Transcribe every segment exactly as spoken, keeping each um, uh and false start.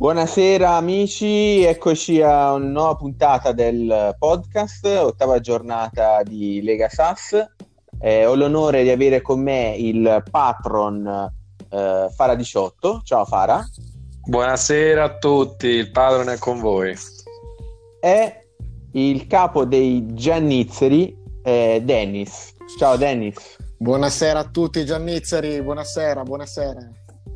Buonasera amici, eccoci a una nuova puntata del podcast, ottava giornata di Lega Sass. Eh, ho l'onore di avere con me il patron eh, Fara diciotto. Ciao Fara. Buonasera a tutti, il padrone è con voi. E il capo dei Giannizzeri, eh, Dennis. Ciao Dennis. Buonasera a tutti Giannizzeri, buonasera, buonasera.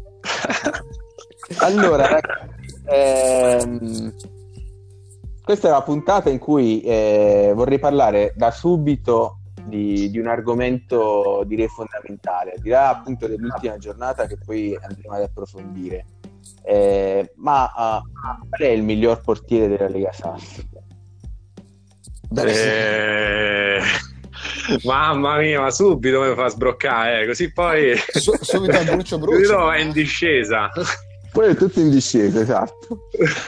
Allora, ragazzi, ehm, questa è la puntata in cui eh, vorrei parlare da subito di, di un argomento direi fondamentale, al di là appunto dell'ultima giornata che poi andremo ad approfondire. Eh, ma uh, qual è il miglior portiere della Lega Sass? Eh... Mamma mia, ma subito mi fa sbroccare, eh, così poi Su, subito al brucio brucio. subito è in discesa. Poi è tutto in discesa, esatto.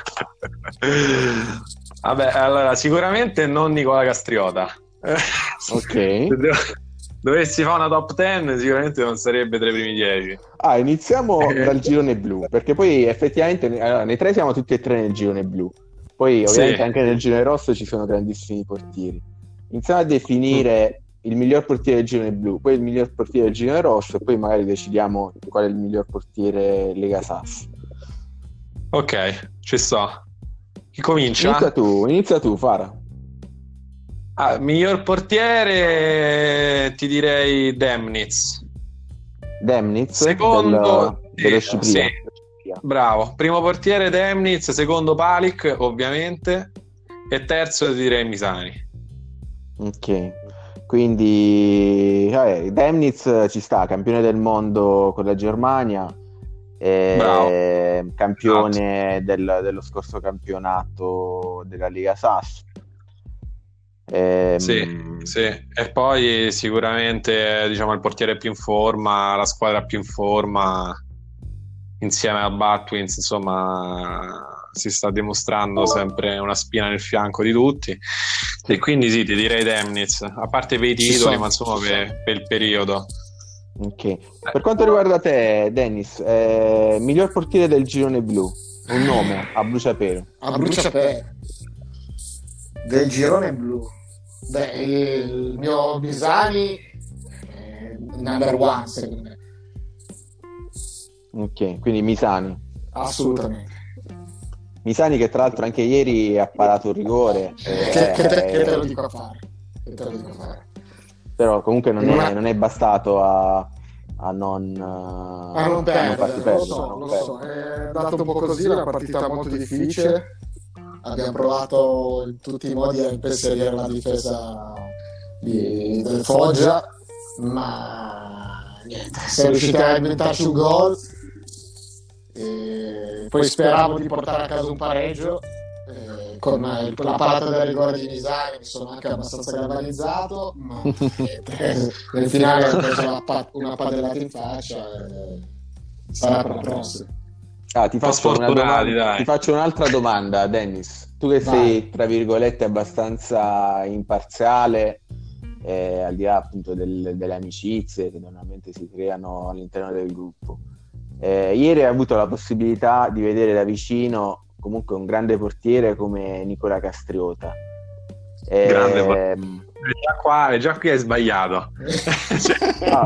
Vabbè, allora sicuramente non Nicola Castriota. Ok. Se devo- dovessi fare una top dieci sicuramente non sarebbe tra i primi dieci. Ah, iniziamo dal girone blu, perché poi effettivamente allora, nei tre siamo tutti e tre nel girone blu. Poi ovviamente Sì. anche nel girone rosso ci sono grandissimi portieri. Iniziamo a definire il miglior portiere del girone blu, poi il miglior portiere del girone rosso, e poi magari decidiamo qual è il miglior portiere Lega Sass. Ok, ci sto. Chi comincia? Inizia tu, inizia tu, Fara. Ah, miglior portiere ti direi Demnitz. Demnitz, Secondo del, dello eh, Sciprià. sì. Bravo, primo portiere Demnitz, secondo Palic ovviamente e terzo ti direi Misani. Ok, quindi vabbè, Demnitz ci sta, campione del mondo con la Germania, eh, Bravo. campione del- dello scorso campionato della Lega Sass. Ehm, Sì, sì. E poi sicuramente diciamo il portiere più in forma, la squadra più in forma insieme a Batwins, insomma si sta dimostrando sempre una spina nel fianco di tutti e quindi sì, ti direi Demnitz, a parte per i Ci titoli sono, ma insomma ci per, per il periodo. ok. Per quanto riguarda te, Dennis, eh, miglior portiere del girone blu, un nome a bruciapelo. A bruciapelo del girone blu. Beh, il mio Misani è number one secondo me. Ok, quindi Misani. Assolutamente. Misani che tra l'altro anche ieri ha parato un rigore, Che, che te, che te lo eh, dico a fare. Che te lo dico a fare. però comunque non Non è, è- non è bastato a, a non, eh, Ah, non perdere, farti lo perdere, so, non lo perdere. so, è andata un po' così, la partita molto difficile. Abbiamo provato in tutti i modi a impensierire la difesa di- del Foggia, ma niente, siamo riusciti a inventarci un gol. E poi speravo di portare a casa un pareggio. eh, Con il- la parata del rigore di Misani mi sono anche abbastanza galvanizzato, ma niente, nel finale ho preso una, pa- una padellata in faccia e sarà per la prossima. Ah, ti Un po' faccio una sfortunati, domanda, dai. ti faccio un'altra domanda, Dennis. Tu che Vai. sei, tra virgolette, abbastanza imparziale, eh, al di là appunto del- delle amicizie che normalmente si creano all'interno del gruppo. Eh, ieri hai avuto la possibilità di vedere da vicino comunque un grande portiere come Nicola Castriota. Eh, Grande portiere. Già qua, già qui hai sbagliato. Ah.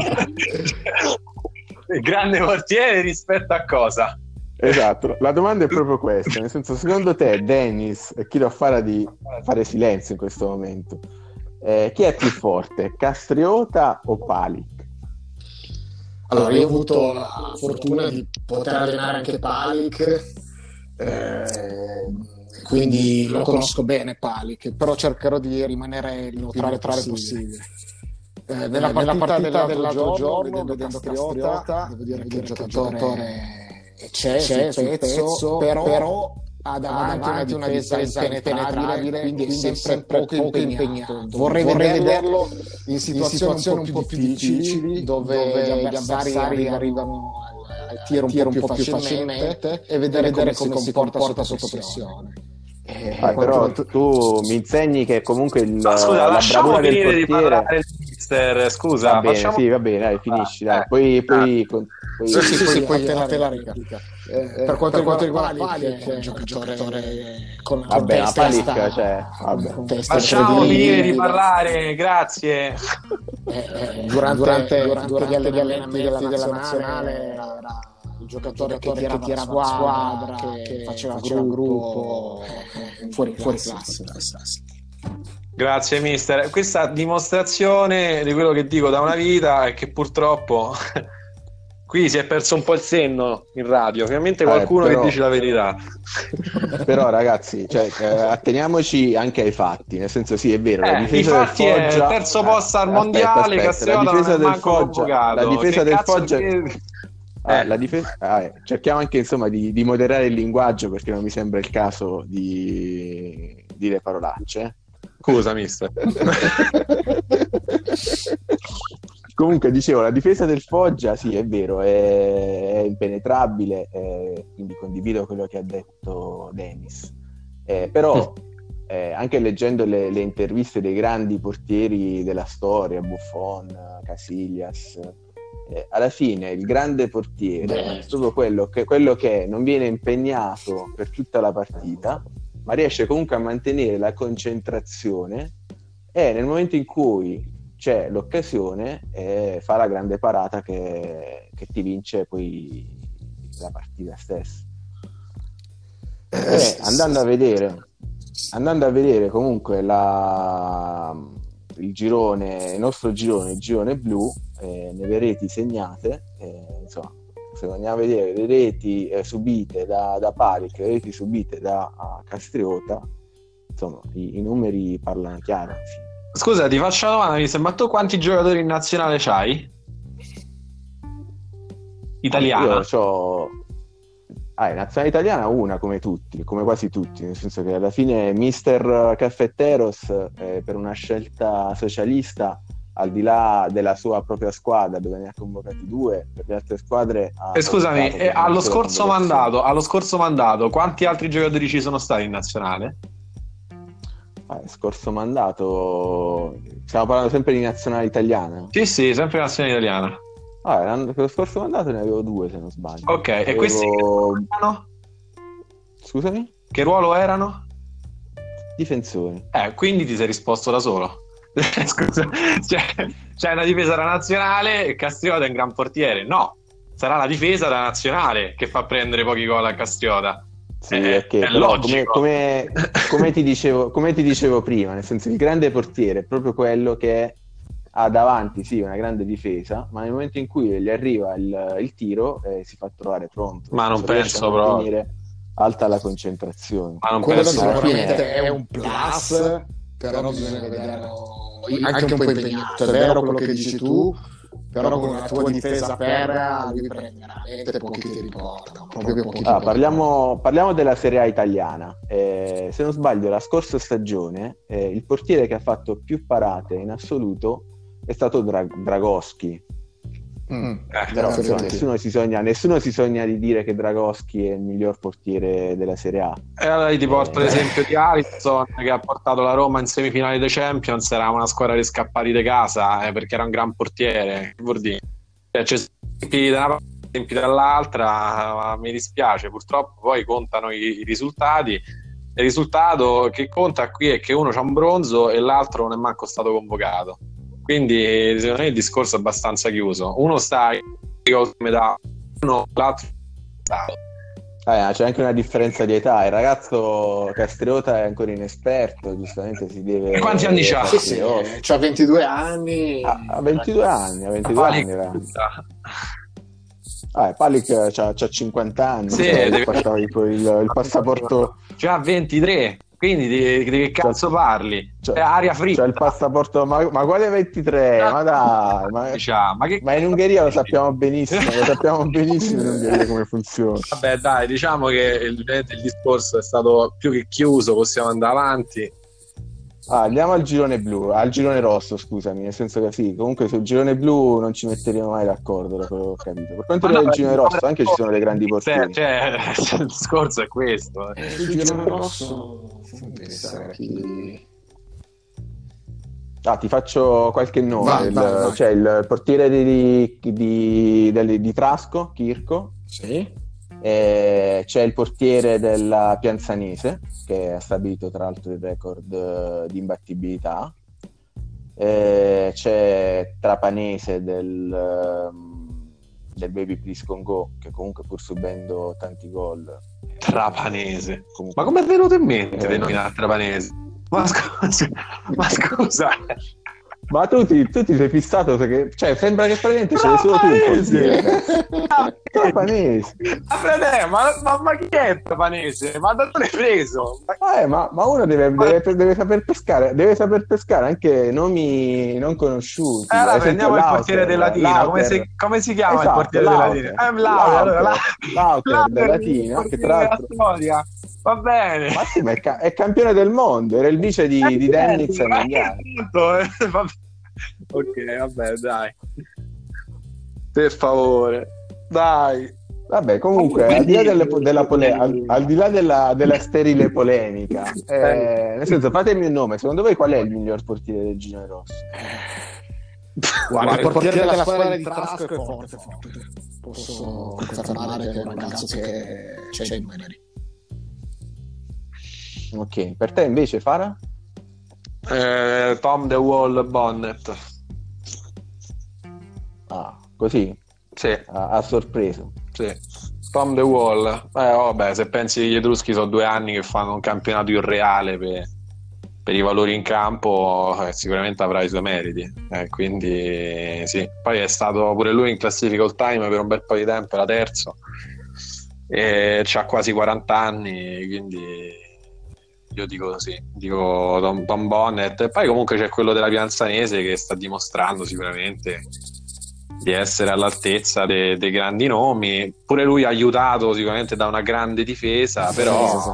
Grande portiere rispetto a cosa? Esatto, la domanda è proprio questa, nel senso, secondo te, Dennis, e chiedo a Fara di fare silenzio in questo momento, eh, chi è più forte, Castriota o Palic? Allora, io ho avuto la fortuna di poter allenare anche Palic, eh, quindi lo conosco bene Palic, però cercherò di rimanere il più neutrale possibile. Eh, nella, nella partita dell'altro giorno, vedendo Castriota, devo dire che il giocatore c'è, c'è sul pezzo, però, però ha davanti una difesa impenetrabile, quindi è sempre, sempre poco impegnato. Vorrei, Vorrei vederlo in situazioni un po' più difficili, dove gli avversari arrivano al tiro un po' più facilmente e vedere, vedere come si comporta sotto pressione. Eh, Ah, però tu, tu mi insegni che comunque il, Ma scusa, la lasciamo bravura del finire di portiere... parlare del mister, scusa, Va bene, facciamo... sì, va bene, dai, finisci, dai. Eh, Poi, eh. poi, poi- Sì, sì, sì, poi- poi a te la replica. Eh, per quanto, per quanto riguarda Palic, che è un giocatore con, con vabbè, testa, Palic, cioè, vabbè. con testa Lasciamo finire di parlare, grazie. Eh, eh, durante, durante, durante, durante gli allenamenti della, della nazionale era, era il giocatore che tirava, che tirava la squadra, che, che faceva, faceva gruppo, eh, fuori, fuori classe. classe. Grazie mister, questa dimostrazione di quello che dico da una vita è che purtroppo qui si è perso un po' il senno in radio, finalmente qualcuno eh, però, che dice la verità. Però ragazzi, cioè, eh, atteniamoci anche ai fatti, nel senso sì è vero, eh, la difesa del Foggia è il terzo posto al mondiale, aspetta, la difesa del Foggia, la difesa che del Foggia che... Ah, la difesa... ah, eh. cerchiamo anche insomma di, di moderare il linguaggio, perché non mi sembra il caso di dire parolacce. Scusa mister. Comunque dicevo, la difesa del Foggia sì è vero, è, è impenetrabile, è... quindi condivido quello che ha detto Dennis, eh, però eh, anche leggendo le, le interviste dei grandi portieri della storia, Buffon, Casillas, eh, alla fine il grande portiere Beh. è proprio quello che, quello che non viene impegnato per tutta la partita, ma riesce comunque a mantenere la concentrazione, e nel momento in cui c'è l'occasione eh, fa la grande parata che, che ti vince poi la partita stessa. Eh, andando a vedere andando a vedere comunque la, il girone, il nostro girone, il girone blu, eh, nelle reti segnate, eh, insomma, se andiamo a vedere le reti eh, subite da, da Palic, le reti subite da uh, Castriota, insomma i, i numeri parlano chiaro. Scusa, ti faccio una domanda, mister, ma tu quanti giocatori in nazionale c'hai? Italiana? Io c'ho ah, in nazionale italiana una, come tutti, come quasi tutti, nel senso che alla fine mister Caffetteros eh, per una scelta socialista, al di là della sua propria squadra dove ne ha convocati due, per le altre squadre eh, scusami, eh, allo scorso mandato allo scorso mandato quanti altri giocatori ci sono stati in nazionale? Ah, scorso mandato stiamo parlando sempre di nazionale italiana? Sì sì, sempre nazionale italiana. Ah, per lo scorso mandato ne avevo due, se non sbaglio. Ok, avevo... e questi che ruolo erano? Scusami? Che ruolo erano? Difensori. Eh, quindi ti sei risposto da solo. Scusa, c'è, c'è una difesa da nazionale e Castriota è un gran portiere. No, sarà la difesa da nazionale che fa prendere pochi gol a Castriota. Sì, eh, è, che, è logico. Come, come, come, ti dicevo, come ti dicevo prima, nel senso, il grande portiere è proprio quello che ha davanti sì una grande difesa, ma nel momento in cui gli arriva il, il tiro eh, si fa trovare pronto. Ma non penso proprio. Alta la concentrazione. Ma non quello penso sicuramente è un plus, però bisogna vederlo anche un po' impegnato. È vero quello che dici tu, però con la tua difesa ferrea lui prende veramente pochi tiri porta. Proprio pochi ah, parliamo, parliamo della Serie A italiana. Eh, se non sbaglio, la scorsa stagione eh, il portiere che ha fatto più parate in assoluto è stato Dra- Dragoschi. Mm. Eh, però insomma, nessuno, si sogna, nessuno si sogna di dire che Dragoschi è il miglior portiere della Serie A. E allora io ti porto eh. l'esempio di Alisson, che ha portato la Roma in semifinale dei Champions. Era una squadra di scappati di casa eh, perché era un gran portiere. Che vuol dire? Cioè, c'è esempi da una parte, esempi dall'altra, ma mi dispiace, purtroppo poi contano i, i risultati. Il risultato che conta qui è che uno c'ha un bronzo e l'altro non è manco stato convocato. Quindi secondo me il discorso è abbastanza chiuso. Uno sta in metà, uno l'altro sta. Eh, c'è anche una differenza di età. Il ragazzo Castriota è ancora inesperto, giustamente si deve. E quanti anni c'ha? Sì, sì, c'ha ventidue anni. Ah, ha ventidue anni, ha ventidue anni. Era. Ah, Palic c'ha, c'ha cinquanta anni. Sì, cioè, deve... il, il, il passaporto. C'ha ventitré. Quindi di, di che cazzo parli? C'è aria fritta. C'è il passaporto, ma, ma quale ventitré? Ma dai, ma, ma, che... ma in Ungheria lo sappiamo benissimo, lo sappiamo benissimo in Ungheria come funziona. Vabbè, dai, diciamo che il, il discorso è stato più che chiuso, possiamo andare avanti. Ah, andiamo al girone blu, al girone rosso, scusami, nel senso che sì, comunque sul girone blu non ci metteremo mai d'accordo, da quello che ho capito. Per quanto riguarda no, il girone rosso, anche ci sono dei grandi portieri. Cioè, cioè, il discorso è questo. Eh. Il girone rosso, pensare chi... Ah, ti faccio qualche nome. Vai, il, vai, vai. C'è il portiere di, di, di, di, di Trasco, Chirco. Sì. Eh, c'è il portiere della Pianzanese che ha stabilito tra l'altro il record eh, di imbattibilità. Eh, c'è Trapanese del, ehm, del Baby Please Congo, che comunque pur subendo tanti gol. Trapanese. Comunque, ma come è venuto in mente eh, di nominare Trapanese? Ma scusa, ma scusa. Ma tu ti, tu ti sei fissato perché, cioè, sembra che praticamente c'è solo tu il portiere. Trapanese. Ma, ma, ma, ma chi è Trapanese? Ma da dove l'hai preso? Ma, eh, ma, ma uno deve, deve, deve saper pescare, deve saper pescare anche nomi non conosciuti. Eh, allora, Ad esempio, prendiamo il Lauter, portiere della Latina. Come si, Lauter. come si chiama Esatto, il portiere Lauter. della Latina? Eh, Lauter, Lauter, allora, la- Lauter Lauter, della il Latina, che portiere tra della l'altro... storia. Va bene. Ma sì, ma è, ca- è campione del mondo, era il vice di, Eh, di Dennis ai ma mondiali. che tanto, eh, vabbè. Ok, vabbè, dai. Per favore, dai. Vabbè, comunque, al di là, delle, della, pole- al, al di là della, della sterile polemica, eh, nel senso, fatemi un nome, secondo voi qual è il miglior portiere del Girone Rosso? Guarda, il portiere della squadra di Trasco è forte, forte. Posso confermare che è un ragazzo che c'è i numeri. Ok, per te invece, Fara? Eh, Tom The Wall Bonnet. Ah, così, Sì, a, a sorpreso. sì. Tom The Wall. Eh, vabbè, se pensi che gli Etruschi sono due anni che fanno un campionato irreale per, per i valori in campo, eh, sicuramente avrà i suoi meriti. Eh, quindi sì. Poi è stato pure lui in classifica all time per un bel po' di tempo, era terzo. E c'ha quasi quaranta anni, quindi io dico sì, dico Tom, Tom Bonnet. E poi comunque c'è quello della Pianzanese che sta dimostrando sicuramente di essere all'altezza dei, dei grandi nomi, pure lui aiutato sicuramente da una grande difesa, però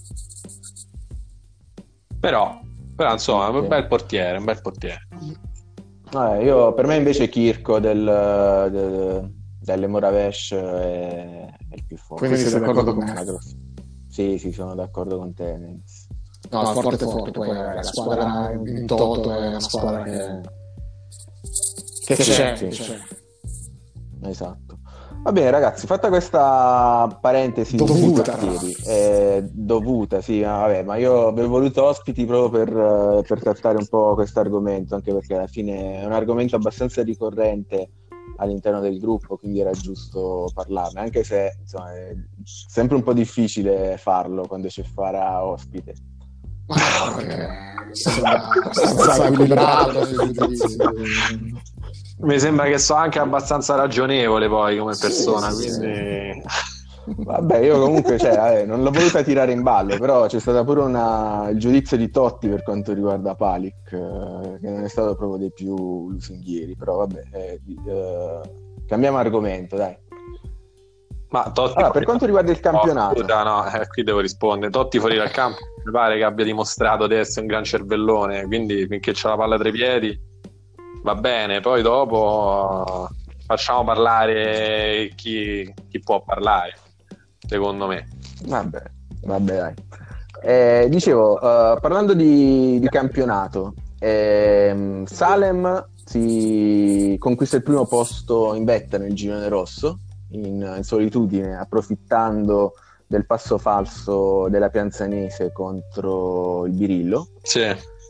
però, però insomma, un bel portiere, un bel portiere. Eh, io, per me invece Kirko del, del, delle Moravesh è, è il più forte. Quindi sei d'accordo con me? Una grossa- Sì, sì, sono d'accordo con te. Nens. No, no, forte, forte, poi la squadra in toto è una squadra che, che c'è, Sì, che sì. c'è. Esatto. Va bene, ragazzi, fatta questa parentesi Dovuta. sui portieri, eh, dovuta, sì, ma vabbè, ma io avevo voluto ospiti proprio per, eh, per trattare un po' questo argomento, anche perché alla fine è un argomento abbastanza ricorrente all'interno del gruppo, quindi era giusto parlarne, anche se insomma, è sempre un po' difficile farlo quando c'è Fara ospite. Ma no, perché sembra abbastanza equilibrato sui giudizi. Mi sembra che so anche abbastanza ragionevole poi come persona, sì, sì, quindi Vabbè, io comunque cioè, vabbè, non l'ho voluta tirare in ballo, però c'è stata pure una, il giudizio di Totti per quanto riguarda Palic, eh, che non è stato proprio dei più lusinghieri, però vabbè, eh, eh, cambiamo argomento, dai. ma Totti Allora, per quanto riguarda il campionato, Oh, scusa, no, eh, qui devo rispondere. Totti fuori dal campo mi pare che abbia dimostrato di essere un gran cervellone, quindi finché c'ha la palla tra i piedi va bene, poi dopo facciamo parlare chi, chi può parlare, secondo me. vabbè, vabbè, dai. Eh, dicevo, eh, parlando di, di campionato, ehm, Salem si conquista il primo posto in vetta nel girone rosso, in, in solitudine, approfittando del passo falso della Pianzanese contro il Birillo. Sì.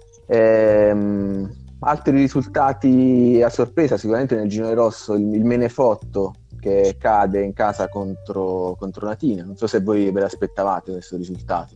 Ehm, altri risultati a sorpresa, sicuramente nel girone rosso il, il Menefotto che cade in casa contro, contro Latina. Non so se voi ve l'aspettavate questo risultato.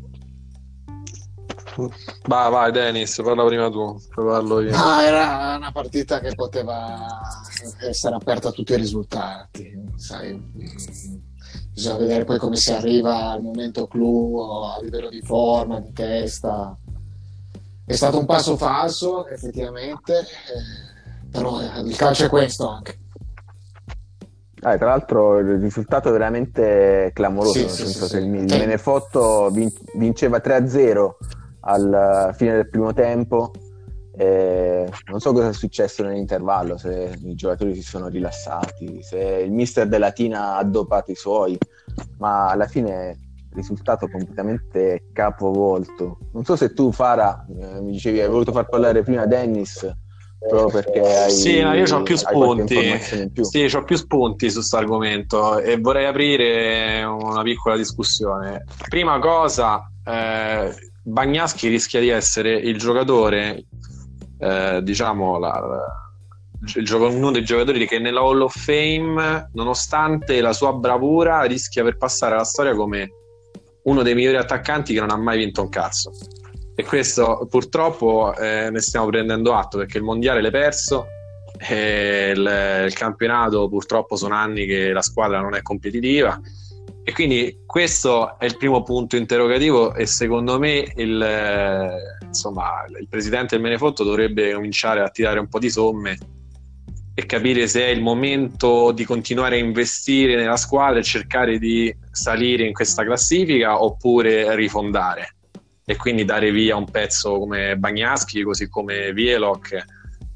Vai, vai Dennis, parla prima tu, poi parlo io. No, era una partita che poteva essere aperta a tutti i risultati, sai. Bisogna vedere poi come si arriva al momento clou a livello di forma, di testa. È stato un passo falso, effettivamente, eh, però il calcio è questo anche. Ah, tra l'altro il risultato è veramente clamoroso, Sì, nel sì, senso sì, che sì. il, il Menefotto vin- vinceva tre a zero alla fine del primo tempo. Eh, non so cosa è successo nell'intervallo, se i giocatori si sono rilassati, se il mister della Latina ha dopato i suoi, ma alla fine risultato completamente capovolto. Non so se tu, Fara, eh, mi dicevi hai voluto far parlare prima Dennis, proprio perché hai, sì, ma io ho più hai qualche spunti. informazione in più. Sì, ho più spunti su questo argomento e vorrei aprire una piccola discussione. Prima cosa, eh, Bagnaschi rischia di essere il giocatore, eh, diciamo, la, la- il gioco- uno dei giocatori che nella Hall of Fame, nonostante la sua bravura, rischia per passare alla storia come uno dei migliori attaccanti che non ha mai vinto un cazzo. E questo purtroppo eh, ne stiamo prendendo atto, perché il mondiale l'hai perso e il, il campionato purtroppo sono anni che la squadra non è competitiva, e quindi questo è il primo punto interrogativo. E secondo me il, eh, insomma, il presidente del Menefotto dovrebbe cominciare a tirare un po' di somme e capire se è il momento di continuare a investire nella squadra e cercare di salire in questa classifica, oppure rifondare e quindi dare via un pezzo come Bagnaschi, così come Vielok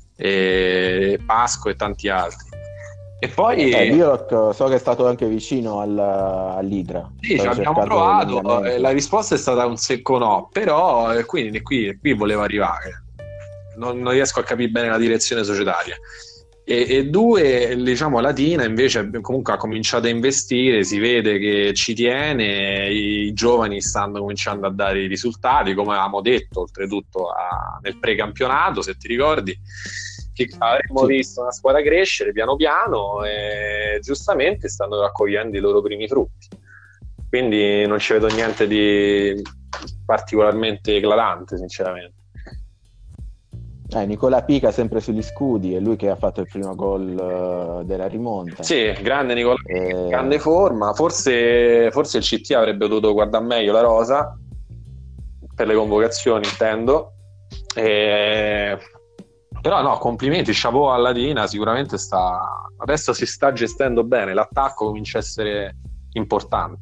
e Pasco e tanti altri. E poi eh, Vielok so che è stato anche vicino al, all'Idra. sì, ci abbiamo provato, eh, la risposta è stata un secco no, però eh, quindi qui, qui volevo arrivare, non, non riesco a capire bene la direzione societaria. E, e due, diciamo, Latina invece comunque ha cominciato a investire, si vede che ci tiene, i giovani stanno cominciando a dare i risultati, come avevamo detto oltretutto a, nel precampionato, se ti ricordi, che avremmo sì. visto una squadra crescere piano piano e giustamente stanno raccogliendo i loro primi frutti, quindi non ci vedo niente di particolarmente eclatante, sinceramente. Eh, Nicola Pica sempre sugli scudi, è lui che ha fatto il primo gol uh, della rimonta. Sì, grande Nicola Pica, eh... grande forma. Forse, forse il C T avrebbe dovuto guardare meglio la rosa per le convocazioni, intendo. E... Però no, complimenti, chapeau a Latina, sicuramente sta adesso si sta gestendo bene, l'attacco comincia a essere importante.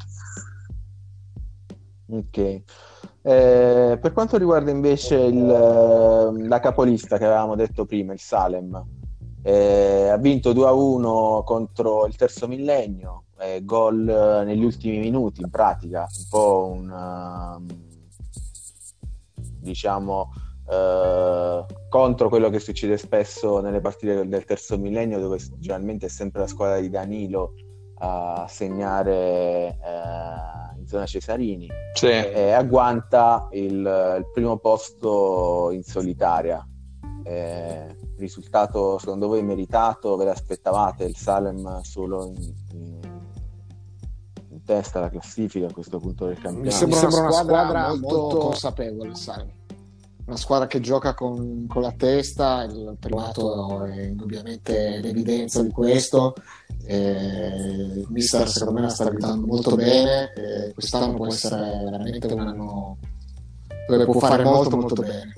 Ok. Eh, per quanto riguarda invece il, la capolista che avevamo detto prima, il Salem, eh, ha vinto due a uno contro il Terzo Millennio, eh, gol negli ultimi minuti, in pratica un po' un uh, diciamo uh, contro quello che succede spesso nelle partite del, del Terzo Millennio, dove generalmente è sempre la squadra di Danilo a segnare uh, in zona Cesarini. Sì. E agguanta il, il primo posto in solitaria. Eh, risultato secondo voi meritato? Ve l'aspettavate il Salem solo in, in, in testa alla classifica a questo punto del campionato? Mi sembra, Mi sembra una, squadra una squadra molto, molto consapevole il Salem, una squadra che gioca con, con la testa, il primato è indubbiamente l'evidenza di questo. Eh, il mister secondo me la sta abitando molto bene, eh, quest'anno può essere veramente un anno dove può fare molto molto bene.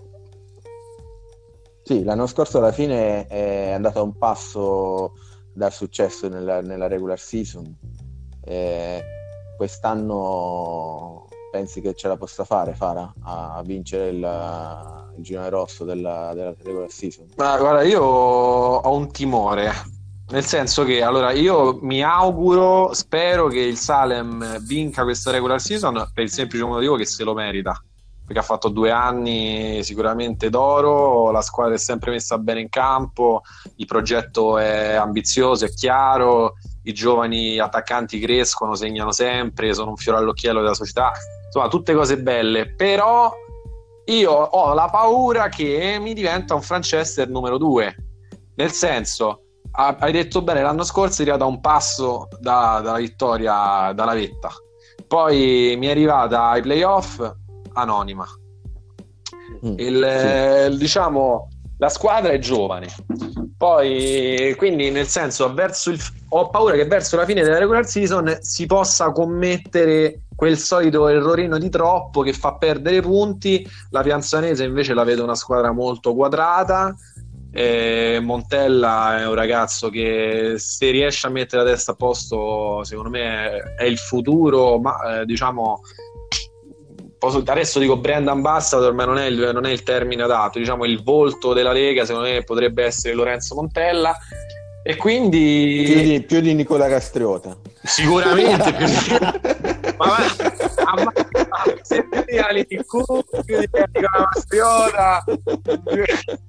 Sì, l'anno scorso alla fine è andato a un passo dal successo nella, nella regular season, eh, quest'anno pensi che ce la possa fare Fara a vincere il, il girone rosso della, della regular season? Ma guarda, io ho un timore. Nel senso che, allora, io mi auguro, spero che il Salem vinca questa regular season per il semplice motivo che se lo merita, perché ha fatto due anni sicuramente d'oro, la squadra è sempre messa bene in campo, il progetto è ambizioso, è chiaro, i giovani attaccanti crescono, segnano sempre, sono un fiore all'occhiello della società, insomma tutte cose belle, però io ho la paura che mi diventa un Franchester numero due, nel senso, hai detto bene, l'anno scorso è arrivato a un passo da, dalla vittoria dalla vetta, poi mi è arrivata ai playoff anonima. Mm, il, sì. Diciamo la squadra è giovane, poi quindi nel senso verso il, ho paura che verso la fine della regular season si possa commettere quel solito errorino di troppo che fa perdere punti. La Pianzanese invece la vedo una squadra molto quadrata. Eh, Montella è un ragazzo che se riesce a mettere la testa a posto secondo me è il futuro, ma eh, diciamo posso, adesso dico brand ambassador ma non è, il, non è il termine adatto, diciamo il volto della Lega secondo me potrebbe essere Lorenzo Montella, e quindi più di, più di Nicola Castriota sicuramente più di... ma, ma, ma, se più di Ali T Q, più di Nicola Castriota, più...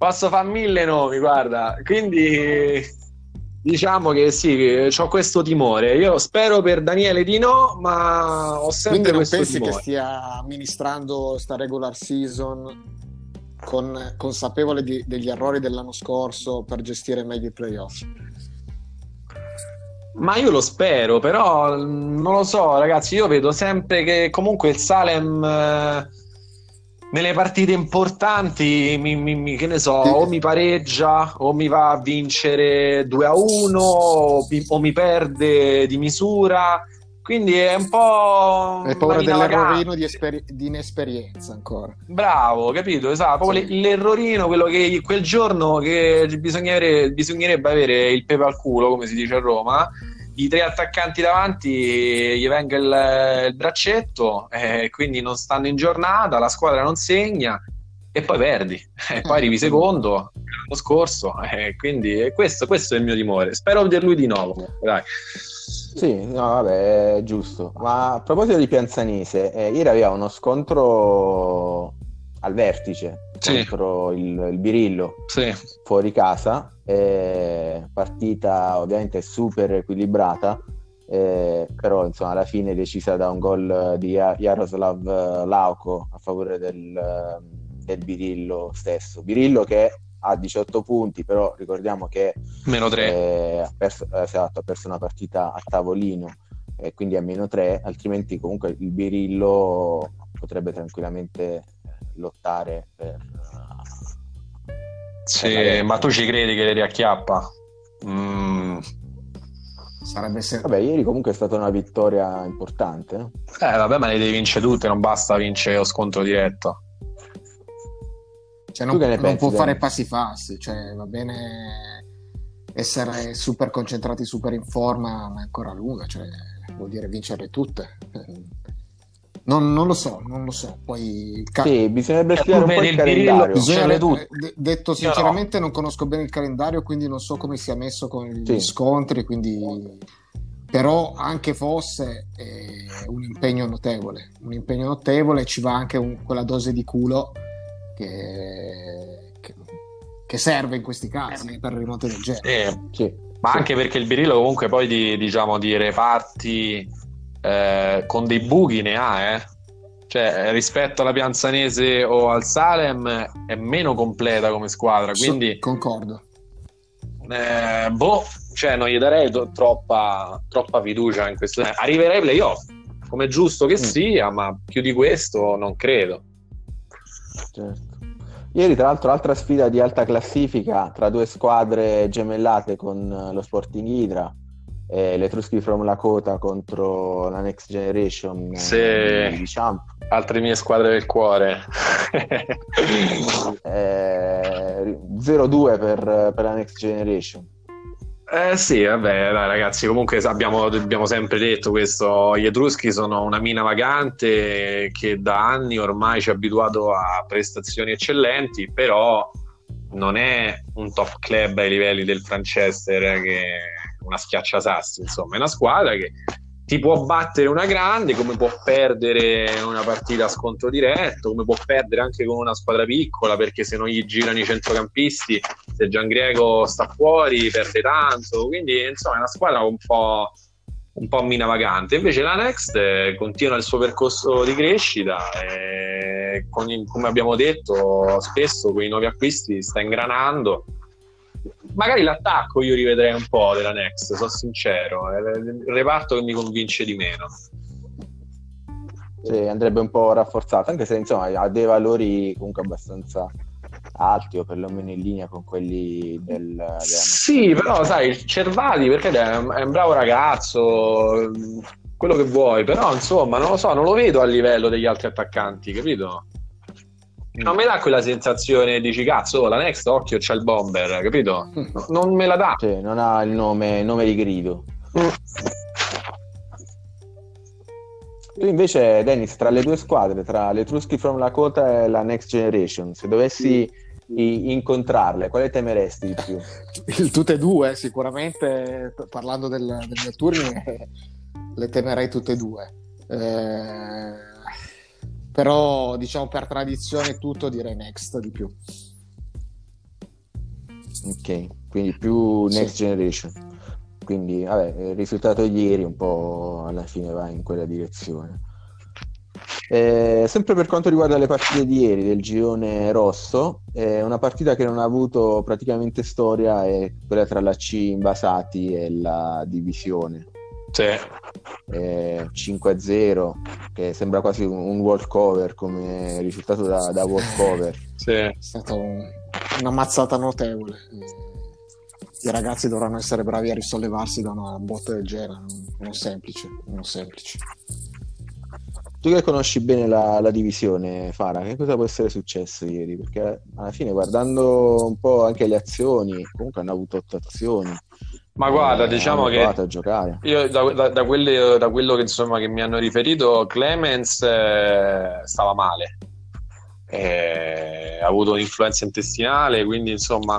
Posso fare mille nomi, guarda, quindi diciamo che sì, ho questo timore. Io spero per Daniele di no, ma ho sempre Quindi non questo pensi timore. che stia amministrando sta regular season con, consapevole di- degli errori dell'anno scorso per gestire meglio i playoff? Ma io lo spero, però mm, non lo so, ragazzi. Io vedo sempre che comunque il Salem eh, nelle partite importanti, mi, mi- mi- che ne so, Ti- o mi pareggia o mi va a vincere due a uno o mi, o mi perde di misura. Quindi è un po' Hai una paura mina dell'errorino vagante. di, esperi- di inesperienza ancora? Bravo, capito? Esatto, proprio Sì. le- l'errorino, quello che quel giorno che bisognerebbe, bisognerebbe avere il pepe al culo, come si dice a Roma, i tre attaccanti davanti gli venga il, il braccetto, eh, quindi non stanno in giornata, la squadra non segna e poi perdi, e poi Eh, arrivi quello- secondo l'anno scorso, eh, quindi è questo, questo è il mio timore. Spero per lui di nuovo, dai. Sì, no, vabbè, è giusto. Ma a proposito di Pianzanese, eh, ieri aveva uno scontro al vertice Sì. contro il, il Birillo Sì. fuori casa, eh, partita ovviamente super equilibrata, eh, però insomma alla fine decisa da un gol di Ja- Jaroslav Lauko a favore del, del Birillo stesso. Birillo che ha diciotto punti, però ricordiamo che Meno tre. eh, ha, perso, esatto, ha perso una partita a tavolino e quindi a meno tre, altrimenti comunque il Birillo potrebbe tranquillamente eh, lottare per, per Sì, la vetta. ma tu ci credi che le riacchiappa? Mm. Sarebbe se- Vabbè, ieri comunque è stata una vittoria importante, no? Eh, vabbè, ma le devi vincere tutte, non basta vincere lo scontro diretto. cioè, Tu non, che ne non pensi, può fare Dennis? passi falsi, cioè va bene essere super concentrati, super in forma, ma è ancora lunga, cioè vuol dire vincerle tutte. Non, non lo so, non lo so. Poi il ca- Sì, bisognerebbe Eh, tu studiare un po' vedi il il Birillo, calendario. bisogna- Bisogna, Vincere tutte. eh, de- detto Io sinceramente, non conosco bene il calendario, quindi non so come sia messo con gli Sì. scontri, quindi però anche fosse eh, un impegno notevole, un impegno notevole, ci va anche un- quella dose di culo che, che, che serve in questi casi per rimonte del genere. Sì, Sì, ma sì. anche perché il Birillo comunque poi di, diciamo, di reparti eh, con dei buchi ne ha, eh. Cioè, rispetto alla Pianzanese o al Salem è meno completa come squadra, So- quindi concordo. eh, boh, cioè non gli darei to- troppa, troppa fiducia in questo. Arriverei ai playoff, come è giusto che Mm. sia, ma più di questo non credo. Certo. Ieri, tra l'altro, altra sfida di alta classifica tra due squadre gemellate con eh, lo Sporting Hydra, eh, l'Etruschi from Lakota contro la Next Generation eh, Sì. di, di Champ. Altre mie squadre del cuore. Eh, zero due per, per la Next Generation. Eh sì, vabbè, dai, ragazzi, comunque abbiamo, abbiamo sempre detto questo, gli Etruschi sono una mina vagante che da anni ormai ci ha abituato a prestazioni eccellenti, però non è un top club ai livelli del Manchester, eh, che è una schiacciasassi, insomma, è una squadra che ti può battere una grande, come può perdere una partita a scontro diretto, come può perdere anche con una squadra piccola, perché se non gli girano i centrocampisti, se Giangreco sta fuori perde tanto, quindi insomma è una squadra un po', un po' mina vagante. Invece la Next eh, continua il suo percorso di crescita e con i- come abbiamo detto spesso con i nuovi acquisti sta ingranando. Magari l'attacco io rivedrei un po' della Next, sono sincero, è il reparto che mi convince di meno. Sì, andrebbe un po' rafforzato, anche se insomma ha dei valori comunque abbastanza alti o perlomeno in linea con quelli del, della Sì, però sai, il Cervati perché è un, è un bravo ragazzo, quello che vuoi, però insomma non lo so, non lo vedo a livello degli altri attaccanti, capito? Non me dà quella sensazione, dici cazzo, la Next, occhio, c'ha il bomber, capito? No- non me la dà. Cioè, non ha il nome, nome di grido. Tu invece, Dennis, tra le due squadre, tra l'Etruschi from Lakota e la Next Generation, se dovessi i- incontrarle, quale temeresti di più? Il tutte e due, sicuramente, p- parlando del, del mio turno, eh, le temerei tutte e due. Eh, però, diciamo, per tradizione e tutto, direi Next di più. Ok, quindi più next Sì. generation. Quindi, vabbè, il risultato di ieri un po' alla fine va in quella direzione. Eh, sempre per quanto riguarda le partite di ieri del girone rosso, eh, una partita che non ha avuto praticamente storia è quella tra la C Invasati e la Divisione. Sì. Eh, cinque a zero, che sembra quasi un, un walkover come risultato da, da walkover. Sì. È stata un- una mazzata notevole. Eh, I ragazzi dovranno essere bravi a risollevarsi da una botta del genere, non, non semplice, non semplice. Tu che conosci bene la, la divisione, Fara, che cosa può essere successo ieri? Perché alla fine, guardando un po' anche le azioni, comunque hanno avuto otto azioni. Ma guarda, eh, diciamo hanno che provato a giocare. io da, da- da quelle- da quello che insomma che mi hanno riferito, Clemens eh, stava male. Eh, ha avuto un'influenza intestinale, quindi insomma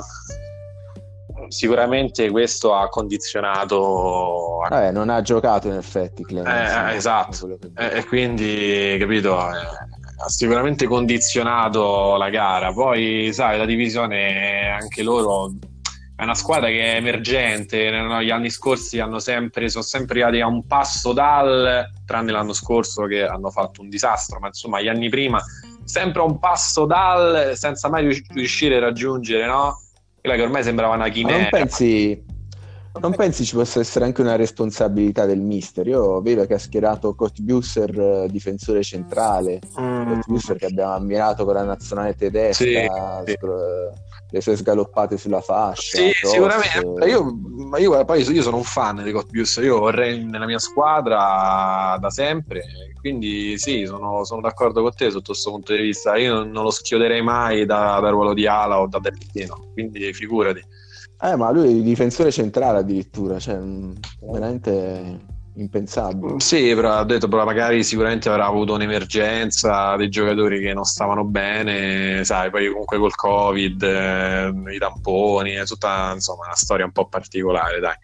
sicuramente questo ha condizionato. Vabbè, non ha giocato in effetti Clemens, Eh, no? esatto. Quello che- Eh, e quindi, capito, eh, ha sicuramente condizionato la gara. Poi, sai, la divisione, anche loro, è una squadra che è emergente. no? Gli anni scorsi hanno sempre, sono sempre arrivati a un passo dal, tranne l'anno scorso che hanno fatto un disastro, ma insomma, gli anni prima, sempre a un passo dal, senza mai rius- riuscire a raggiungere, no? Quella che ormai sembrava una Ma non chimera. pensi, non pensi ci possa essere anche una responsabilità del mister? Io vedo che ha schierato Kotbuser eh, difensore centrale, Mm, Kotbuser che abbiamo ammirato con la nazionale tedesca, sì, sì. scro- le sue sgaloppate sulla fascia, Sì, cross, sicuramente. Io, ma io poi io sono un fan di Kotbius, io vorrei nella mia squadra da sempre, quindi sì, sono, sono d'accordo con te sotto questo punto di vista. Io non, non lo schioderei mai da, da ruolo di ala o da terzino, quindi figurati. Eh, ma lui è difensore centrale addirittura, cioè mh, veramente impensabile. Sì, però ha detto, però magari sicuramente avrà avuto un'emergenza, dei giocatori che non stavano bene, sai, poi comunque col Covid, eh, i tamponi, è tutta insomma una storia un po' particolare, dai.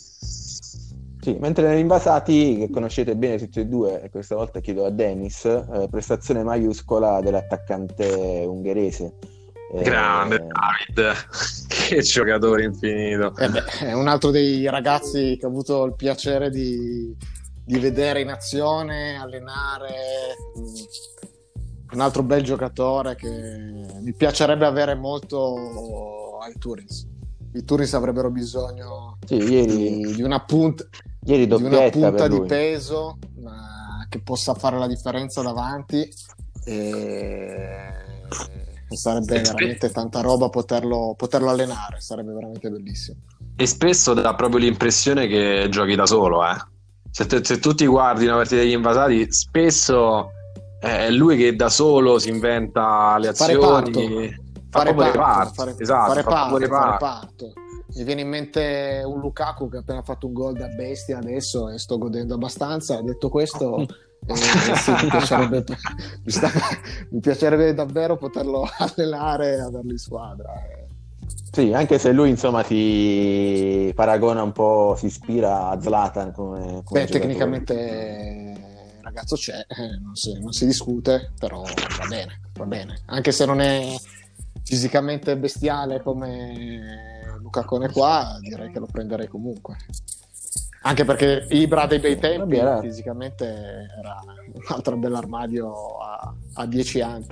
Sì, mentre negli invasati, che conoscete bene tutti e due, e questa volta chiedo a Dennis, eh, prestazione maiuscola dell'attaccante ungherese. Eh, Grande David, che giocatore infinito. Eh beh, è un altro dei ragazzi che ho avuto il piacere di, di vedere in azione, allenare. Un altro bel giocatore che mi piacerebbe avere molto ai Turins. I Turins avrebbero bisogno Sì, ieri, di, di una punta, ieri di una doppietta punta per di lui. peso, ma che possa fare la differenza davanti. E sarebbe E spe- veramente tanta roba poterlo, poterlo allenare, sarebbe veramente bellissimo. E spesso dà proprio l'impressione che giochi da solo, eh. Se, te- se tu ti guardi una partita degli invasati, spesso è lui che da solo si inventa le Fa azioni, reparto, fa fa proprio reparto, reparti, fa re- esatto, fa fa proprio reparto, fa reparti. reparto. Mi viene in mente un Lukaku che ha appena fatto un gol da bestia adesso e sto godendo abbastanza. Detto questo, eh, sì, mi piacerebbe, mi, sta- mi piacerebbe davvero poterlo allenare e averlo in squadra. eh. Sì, anche se lui insomma si paragona un po', si ispira a Zlatan come, come Beh, giocatore. tecnicamente il ragazzo c'è, eh, non si, non si discute, però va bene, va bene. Anche se non è fisicamente bestiale come Lukaku qua, direi che lo prenderei comunque. Anche perché Ibra dei bei tempi Vabbè, dai. fisicamente era un altro bell'armadio a, a dieci anni.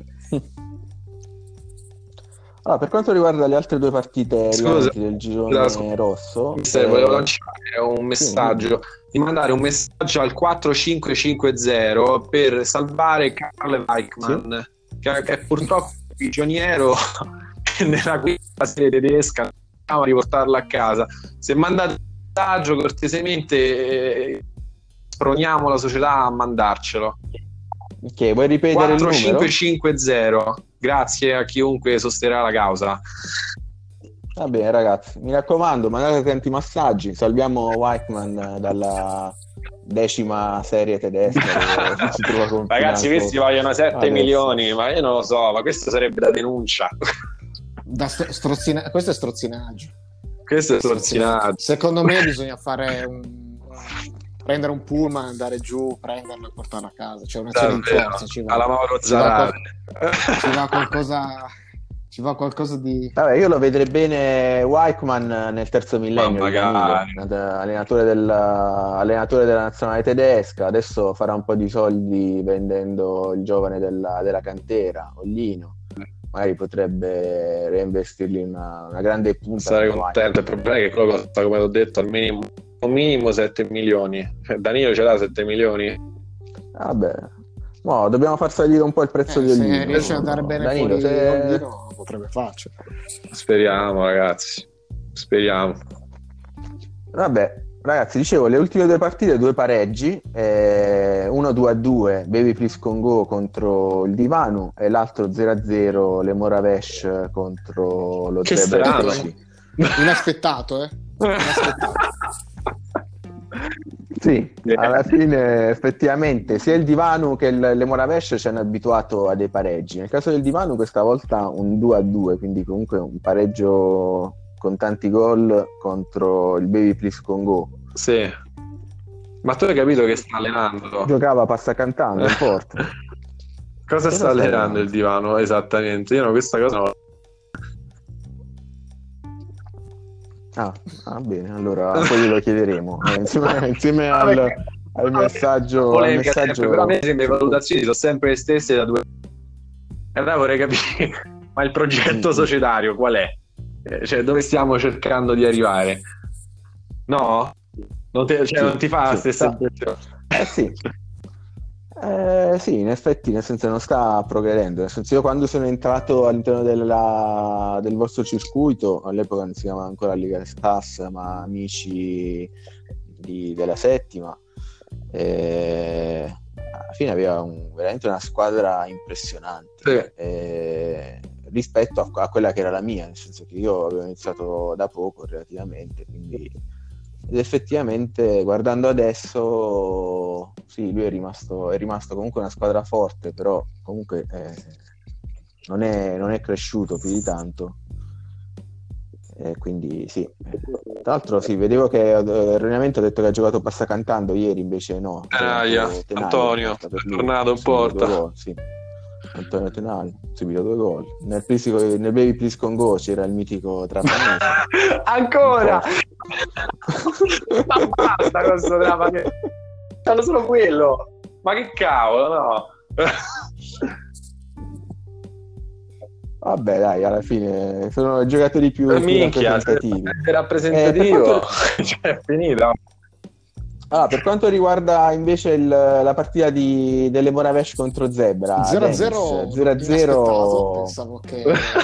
Allora, per quanto riguarda le altre due partite Scusa, rimanenti del girone scusa, rosso, mister, eh, volevo lanciare un messaggio, di mandare un messaggio al quattro cinque cinque zero per salvare Karl Weichmann, che, che è purtroppo prigioniero nella quinta serie tedesca, dobbiamo riportarlo a casa. Se mandate un messaggio, cortesemente eh, sproniamo la società a mandarcelo. ok, vuoi ripetere il quattro numero? cinque cinque zero, grazie a chiunque sosterrà la causa. Va bene ragazzi, mi raccomando, mandate tanti massaggi, salviamo Weichmann dalla decima serie tedesca dove si trova con Ragazzi, Pinasco. questi vogliono sette Adesso. milioni, ma io non lo so, ma questo sarebbe da denuncia. Da stro- strozzina- questo è strozzinaggio. Questo è strozzinaggio. Secondo me bisogna fare un prendere un pullman, andare giù, prenderlo e portarlo a casa. C'è un'azione in Davvero, forza, ci va. alla Mauro Ci va, Zarate. qual- ci va qualcosa Ci va qualcosa di... Vabbè, io lo vedrei bene Weichmann nel terzo millennio, Ma di Danilo, magari. allenatore della, allenatore della nazionale tedesca. Adesso farà un po' di soldi vendendo il giovane della, della cantera, Oglino. Magari potrebbe reinvestirli in una, una grande punta. Sarei come contento. Il problema è che quello costa, come ho detto, al minimo, al minimo sette milioni. Danilo ce l'ha sette milioni. Vabbè, no, dobbiamo far salire un po' il prezzo Eh, di se Oglino. riesce ad andare bene Danilo, fuori se... Oglino, potrebbe farcela. Speriamo, ragazzi. Speriamo. Vabbè, ragazzi, dicevo, le ultime due partite, due pareggi, eh, uno due a due Baby Please Congo contro il Divano e l'altro zero a zero le Moravesh contro lo Che Zebra strano. F C. Inaspettato, eh? Inaspettato. Sì, alla fine effettivamente sia il Divano che il, le Moravesh ci hanno abituato a dei pareggi. Nel caso del Divano questa volta un due a due, quindi comunque un pareggio con tanti gol contro il Baby Please Congo. Sì. Ma tu hai capito che sta allenando? Giocava passacantando in porta. Cosa, Cosa sta sta allenando allenando? il divano esattamente? Io no, questa cosa no. Ah, ah, bene, allora poi glielo chiederemo eh, insieme, insieme al, al messaggio, al Polemica messaggio... sempre, però a me le mie valutazioni sono sempre le stesse da due. E allora vorrei capire, ma il progetto societario qual è? Eh, Cioè, dove stiamo cercando di arrivare? No? Non, te- cioè, Sì, non ti fa la sì, stessa sta- impressione? Eh sì. Eh, sì, in effetti, nel senso non sta progredendo. Nel senso, io quando sono entrato all'interno della- del vostro circuito, all'epoca non si chiamava ancora Liga Stars, ma amici di- della settima, eh, alla fine aveva un- veramente una squadra impressionante. Sì. eh, rispetto a, a quella che era la mia, nel senso che io avevo iniziato da poco relativamente, quindi ed effettivamente guardando adesso sì, lui è rimasto, è rimasto comunque una squadra forte, però comunque eh, non è, non è cresciuto più di tanto. E quindi sì. Tra l'altro sì, vedevo che eh, erroneamente ho detto che ha giocato passacantando ieri, invece no. Tenaglia, ha giocato Antonio, porta per è lui, tornato in subito porta. due gol, sì. Antonio Tenaglia, subito due gol. Nel, Please- nel Baby Please Congo c'era il mitico Trapanese. Ancora! Ma basta con sto drama che... Fanno solo quello! Ma che cavolo, no? Vabbè, dai, alla fine sono giocatori più, più Minchia, se rappresentativi. è rappresentativo, Eh, per quanto- cioè è finita. Ah, per quanto riguarda invece il- la partita di, delle Moravesh contro Zebra, zero a Dennis, zero zero a zero. inaspettato, pensavo che...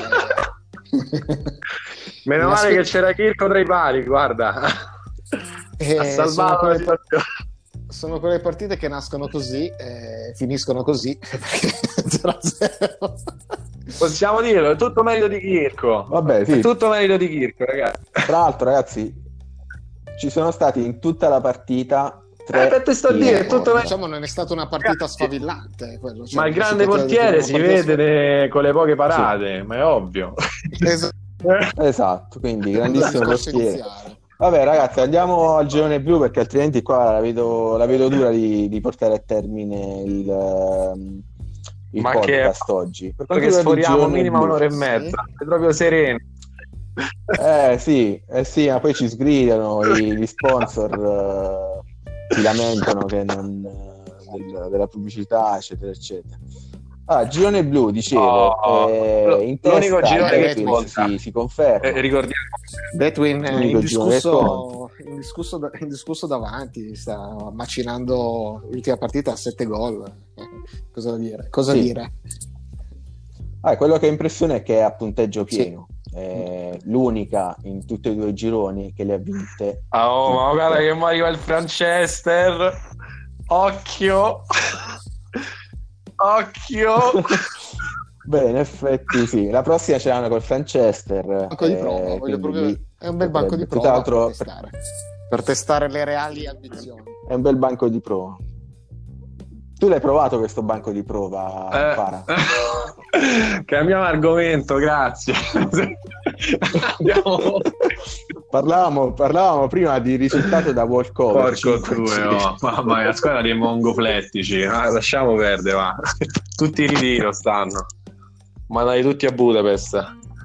Meno male che c'era Kirko tra i pali, guarda. Eh, Ha sono salvato quelle- le partite. Sono quelle partite che nascono così e finiscono così, perché zero a zero. Possiamo dirlo, è tutto merito di Kirko. Vabbè, sì. È tutto merito di Kirko, ragazzi. Tra l'altro, ragazzi, ci sono stati in tutta la partita tre Eh, per te sto a tiri dire, in è tutto porta. Diciamo non è stata una partita sfavillante quello, cioè, Ma il non si grande poteva portiere definire si una partita vede con le poche parate, ma è ovvio. sfavillante. Esatto, quindi Esatto. grandissimo Il discorso portiere. iniziale. Vabbè, ragazzi, andiamo al girone blu perché altrimenti qua la vedo, la vedo dura di, di portare a termine il, ehm, il Ma che- podcast oggi. Per quanto Perché riguarda il sforiamo girone minimo blu- un'ora e mezza, è proprio sereno. Eh sì, eh sì, ma poi ci sgridano i- gli sponsor, eh, si lamentano che non, eh, del- della pubblicità, eccetera, eccetera. Ah, girone blu, dicevo, Oh, eh, in l'unico testa girone che Edwin conta. si, si conferma. Eh, ricordiamo. Betwin è L'unico indiscusso, indiscusso, da- indiscusso davanti, sta macinando l'ultima partita a sette gol. Cosa dire? Cosa Sì. dire? Ah, quello che impressiona è che è a punteggio Sì. pieno. È l'unica in tutti e due i gironi che le ha vinte. Oh, ma guarda che mo arriva il Franchester. Occhio. Occhio. Beh, in effetti sì, la prossima ce l'hanno col Manchester. Banco di prova, eh, voglio quindi proprio- lì è un bel banco di potrebbe- prova tra l'altro, per testare. Per testare le reali ambizioni. è un bel banco di prova. Tu l'hai provato questo banco di prova, Eh, Para? Cambiamo argomento, grazie. Andiamo. Parlavamo, parlavamo prima di risultato da walkover. Porco cinque due, a oh. Mamma mia, la squadra dei mongoflettici. Ah, lasciamo perdere, va. Tutti in ritiro stanno. mandati tutti a Budapest.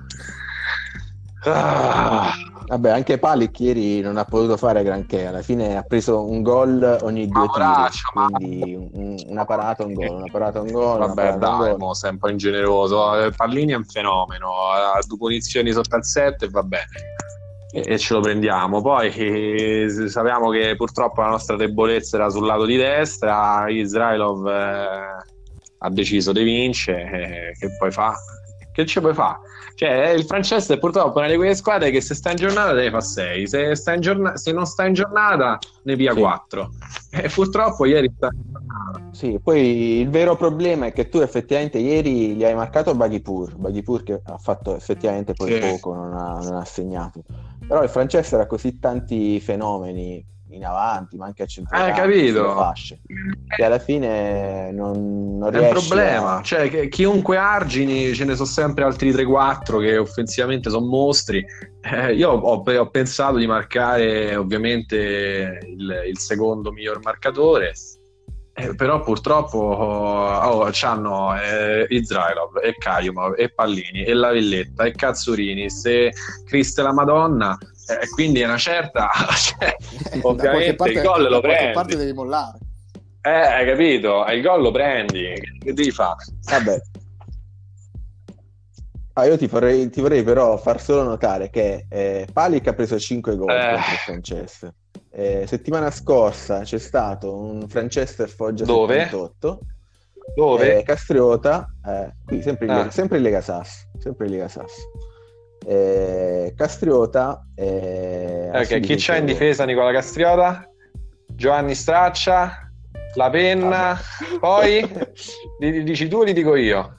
Ah. Vabbè, anche Palic ieri non ha potuto fare granché, alla fine ha preso un gol ogni due tiri, quindi un, una parata, un gol, una parata, un gol. Vabbè, dai, mo sei un po' ingeneroso. Pallini è un fenomeno, ha due punizioni sotto al set e va bene, e, e ce lo prendiamo. Poi eh, sappiamo che purtroppo la nostra debolezza era sul lato di destra. Izrailov eh, ha deciso di vincere, eh, che poi fa? Che ci puoi fare? Cioè, il Francesco è purtroppo una di quelle squadre che se sta in giornata ne fa sei, se, sta in giornata, se non sta in giornata ne pia quattro. Sì. E purtroppo ieri sta in giornata. Sì, poi il vero problema è che tu effettivamente ieri gli hai marcato Baghipur, Baghipur che ha fatto effettivamente poi sì. poco, non ha, non ha segnato. Però il Francesco era così tanti fenomeni in avanti, ma anche a centrocampo, capito? Fasce, che alla fine non, non è riesce un problema, a... cioè che chiunque argini ce ne sono sempre altri tre quattro che offensivamente sono mostri. Eh, io ho, ho pensato di marcare ovviamente il, il secondo miglior marcatore, eh, però purtroppo oh, c'hanno eh, Izrailov e Kayumov e Pallini e La Villetta e Katsurinis e Criste la Madonna. E eh, quindi è una certa, cioè, ovviamente parte, il gol lo prendi, parte devi mollare, eh, hai capito, il gol lo prendi, che devi fare? Vabbè, ah, io ti vorrei, ti vorrei però far solo notare che eh, Palic ha preso cinque gol eh. contro il Francesco. Eh, settimana scorsa c'è stato un Francesco Foggia dove? settantotto, dove? Eh, Castriota, eh, qui sempre in, ah. Lega, sempre in Lega Sasso, sempre in Lega Sasso. Eh, Castriota eh, okay, chi c'è in difesa? Nicola Castriota, Giovanni Straccia, La Penna, ah, poi li dici tu o li dico io?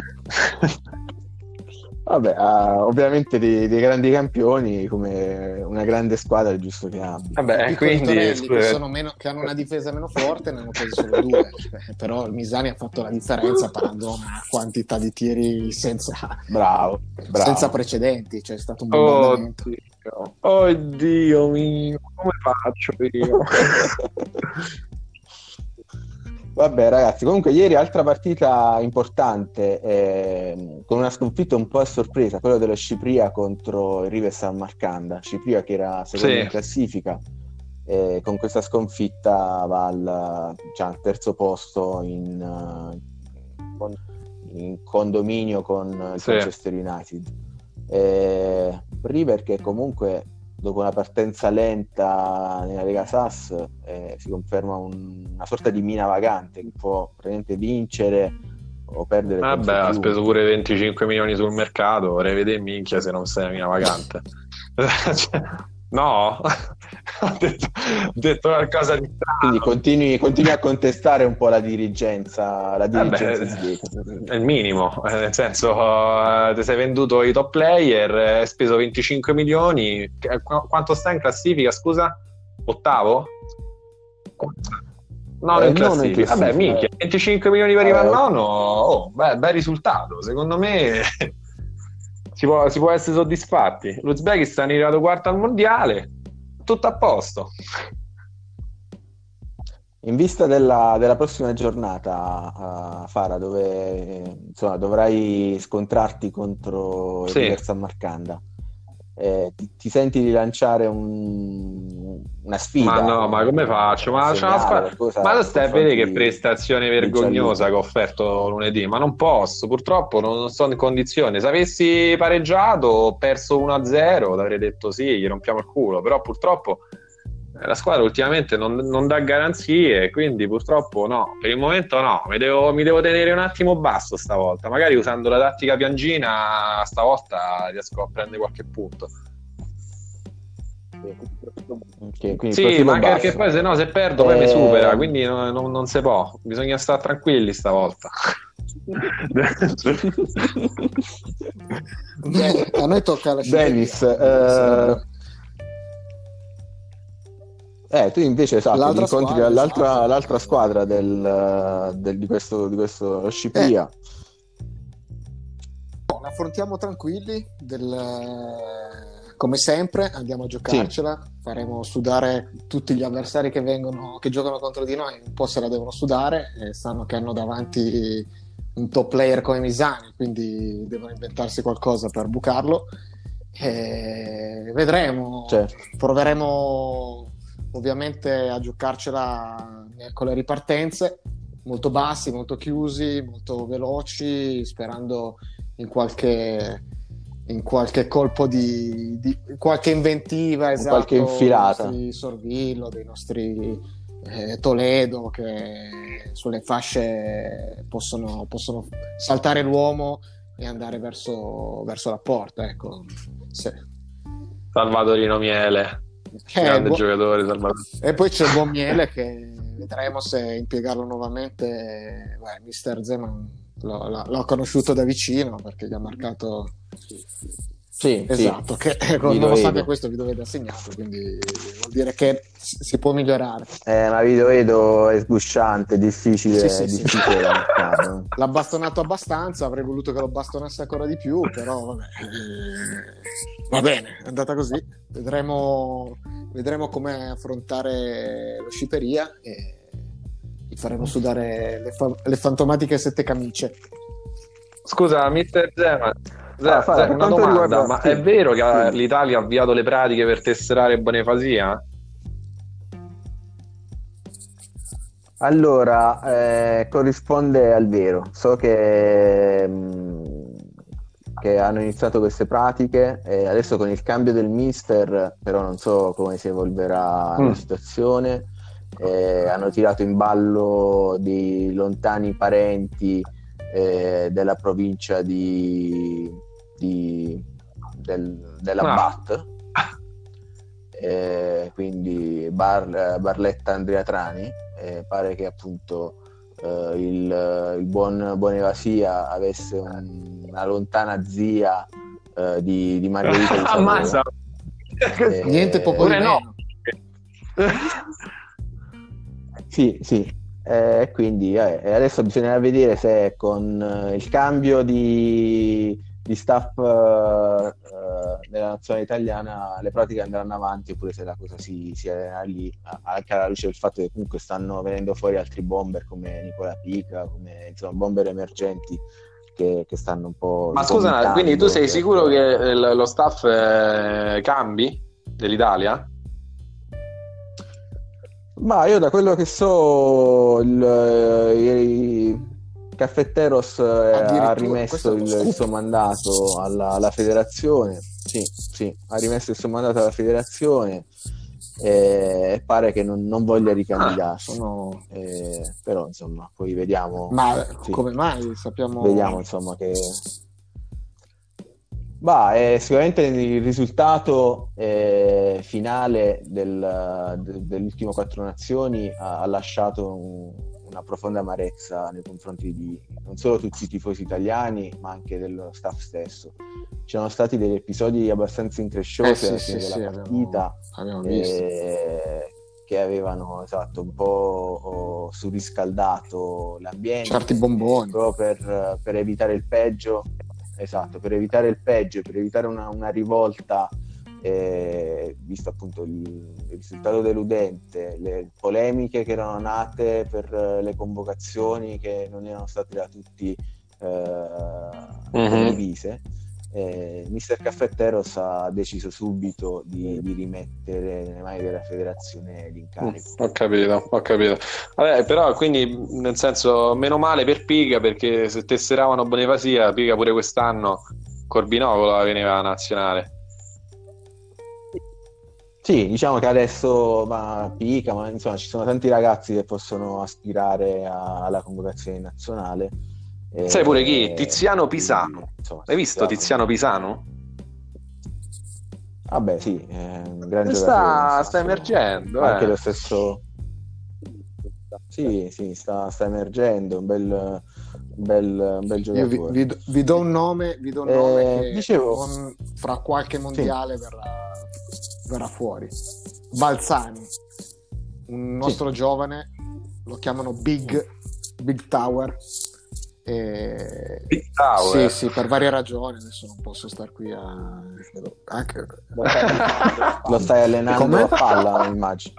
Vabbè, uh, ovviamente dei, dei grandi campioni, come una grande squadra è giusto che abbia. Vabbè, quindi che, sono meno, che hanno una difesa meno forte, ne hanno presi solo due, cioè, però il Misani ha fatto la differenza parando una quantità di tiri senza, bravo, bravo. senza precedenti, cioè è stato un bombardamento. Oddio, oddio mio, come faccio io? Vabbè ragazzi, comunque ieri altra partita importante, eh, con una sconfitta un po' a sorpresa, quella dello Scipria contro il River San Marcanda. Scipria che era secondo sì. in classifica, eh, con questa sconfitta va al, cioè, al terzo posto in, uh, in condominio con il sì. Manchester United. Eh, River che comunque dopo una partenza lenta nella Lega Sass eh, si conferma un, una sorta di mina vagante che può praticamente vincere o perdere. Vabbè, ha speso pure venticinque milioni sul mercato, vorrei vedere minchia se non sei una mina vagante. Cioè, no, ho, detto, ho detto qualcosa di strano. Quindi continui, continui a contestare un po' la dirigenza, la dirigenza Vabbè, è il minimo, nel senso uh, ti sei venduto i top player, hai speso venticinque milioni, Qu- quanto sta in classifica, scusa? Ottavo? No, eh, in classifica. Vabbè, minchia, venticinque milioni per arrivare al nono, oh, beh, bel risultato, secondo me. Si può, si può essere soddisfatti. L'Uzbekistan è arrivato quarto al mondiale, tutto a posto. In vista della, della prossima giornata, uh, Fara, dove insomma, dovrai scontrarti contro sì. il River San Marcanda, eh, ti, ti senti di lanciare un, una sfida? Ma no, ma come faccio? Ma, c'è una squadra... ma lo stai a vedere che prestazione vergognosa che ho offerto lunedì? Ma non posso, purtroppo non, non sono in condizione. Se avessi pareggiato o perso uno a zero, l'avrei detto sì, gli rompiamo il culo, però purtroppo la squadra ultimamente non, non dà garanzie, quindi purtroppo no, per il momento no, mi devo, mi devo tenere un attimo basso stavolta, magari usando la tattica piangina stavolta riesco a prendere qualche punto. Okay, sì, ma anche basso. Perché poi se no se perdo eh... poi mi supera, quindi no, no, non si può, bisogna stare tranquilli stavolta. A noi tocca la Dennis, eh... Eh, tu invece esatto, l'altra incontri squadra, l'altra, esatto. l'altra squadra del, del, di questo, di questo Scipria. Eh. Affrontiamo tranquilli, del, come sempre andiamo a giocarcela, sì. Faremo sudare tutti gli avversari che vengono, che giocano contro di noi, un po' se la devono sudare, e sanno che hanno davanti un top player come Misani, quindi devono inventarsi qualcosa per bucarlo. E vedremo, certo. Proveremo ovviamente a giocarcela con le ripartenze, molto bassi, molto chiusi, molto veloci, sperando in qualche in qualche colpo di, di qualche inventiva, esatto, qualche infilata dei nostri Sorvillo, dei nostri eh, Toledo, che sulle fasce possono, possono saltare l'uomo e andare verso, verso la porta, ecco. Sì. Salvatorino Miele, Eh, grande bu- giocatore Salvatore. E poi c'è il buon Miele, che vedremo se impiegarlo nuovamente. Beh, mister Zeman l'ho, l'ho- l'ho conosciuto da vicino, perché gli ha marcato, sì, esatto, sì. che ecco, Vito nonostante Edo. questo Vito Vedo ha segnato, quindi vuol dire che s- si può migliorare. Eh, ma Vito Edo è sgusciante, difficile, Sì, sì, sì. difficile da marcarlo. L'ha bastonato abbastanza, avrei voluto che lo bastonasse ancora di più, però vabbè, eh, va bene, è andata così. Vedremo, vedremo come affrontare lo Sciperia e gli faremo sudare le, fa- le fantomatiche sette camicie. Scusa, mister Zeman, Ze- Ah, fa- Ze- per una quanto domanda, riguarda- ma sì, è vero che sì. l'Italia ha avviato le pratiche per tesserare Bonifasia? Allora, eh, corrisponde al vero. So che, mh, che hanno iniziato queste pratiche e adesso con il cambio del mister, però non so come si evolverà Mm. la situazione. Eh, hanno tirato in ballo dei lontani parenti eh, della provincia di, di- del- della Ah. Bat, eh, quindi Bar- Barletta Andrea Trani. Eh, pare che appunto eh, il, il buon Bonevasia avesse un- una lontana zia eh, di, di Margherita di Ammazza! Savoia. Eh, Niente poco di Pure no. meno. Sì, sì. Eh, E quindi eh, e adesso bisognerà vedere se con eh, il cambio di, di staff eh, eh, della nazionale italiana le pratiche andranno avanti oppure se la cosa si, si arena lì, a- anche alla luce del fatto che comunque stanno venendo fuori altri bomber come Nicola Pica, come insomma bomber emergenti che, che stanno un po'. Ma scusa, vomitando quindi tu sei per- sicuro che il- lo staff eh, cambi dell'Italia? Ma io da quello che so il, il Caffetteros eh, Addirittura, ha questo rimesso è uno il, scoop. il suo mandato alla, alla federazione, sì, sì, ha rimesso il suo mandato alla federazione e pare che non, non voglia ricandidarsi, Sono... eh, però insomma poi vediamo, Ma sì, come mai? Sappiamo... vediamo insomma che... Bah, eh, sicuramente il risultato eh, finale del- de- dell'ultimo Quattro Nazioni ha, ha lasciato un- una profonda amarezza nei confronti di non solo tutti i tifosi italiani, ma anche dello staff stesso. Ci sono stati degli episodi abbastanza incresciosi Eh, sì, alla sì, fine sì, della abbiamo- partita abbiamo visto. eh, che avevano esatto, un po' oh, surriscaldato l'ambiente Certi bomboni. proprio per, per evitare il peggio. Esatto, per evitare il peggio, per evitare una, una rivolta, eh, visto appunto il, il risultato deludente, le polemiche che erano nate per eh, le convocazioni che non erano state da tutti eh, Mhm. condivise, eh, mister Caffetteros ha deciso subito di, di rimettere nelle mani della federazione l'incarico. Ho capito, ho capito. Vabbè, però quindi nel senso, meno male per Piga, perché se tesseravano Bonifasia, Piga pure quest'anno Corbinocolo veniva alla nazionale. Sì, diciamo che adesso va Pica, ma insomma ci sono tanti ragazzi che possono aspirare a- alla convocazione nazionale. E- Sai pure chi? Tiziano Pisano. quindi, insomma, Hai visto speriamo- Tiziano Pisano? Vabbè, sì, è un gran Sta- giocatore. nel sta senso- emergendo, Anche eh. lo stesso... Sì, sì, sta, sta emergendo, un bel, un bel, un bel Io vi, giocatore. vi do- vi do un nome, vi do un Eh, nome che dicevo- non- fra qualche mondiale verrà, verrà fuori. Balzani, un nostro giovane, lo chiamano Big, Big Tower. E... Big Tower. Sì, sì, per varie ragioni. Adesso non posso star qui a... Anche... Lo stai allenando Come? a palla, immagino.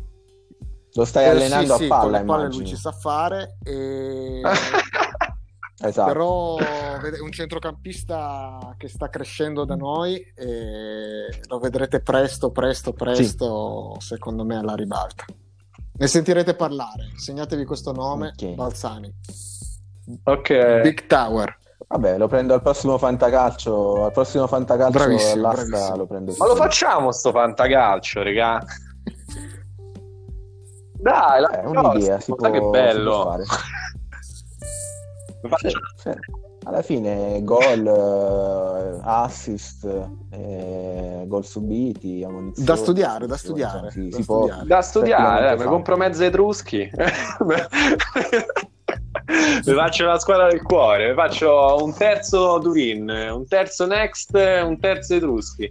Lo stai Eh, allenando sì, sì, a palla, con le palle immagino. lui ci sa fare e... Esatto. Però vede- un centrocampista che sta crescendo da noi e lo vedrete presto, presto, presto, secondo me alla ribalta. Ne sentirete parlare, segnatevi questo nome, Ok. Balzani. Ok. Big Tower. Vabbè, lo prendo al prossimo fantacalcio, al prossimo fantacalcio Bravissimo, all'asta bravissimo. lo prendo. Ma lo facciamo sto fantacalcio, regà? Dai, la È un'idea, si cosa, che può, bello. si può fare. Mi faccio- Sì, sì. Alla fine gol, eh, assist, eh, gol subiti, ammonizioni. Da studiare, da insomma, studiare, si, da si può studiare. Da studiare, eh, tranquillamente mi fare. compro mezzo etruschi. Mi faccio la squadra del cuore, mi faccio un terzo Turin, un terzo Next, un terzo etruschi.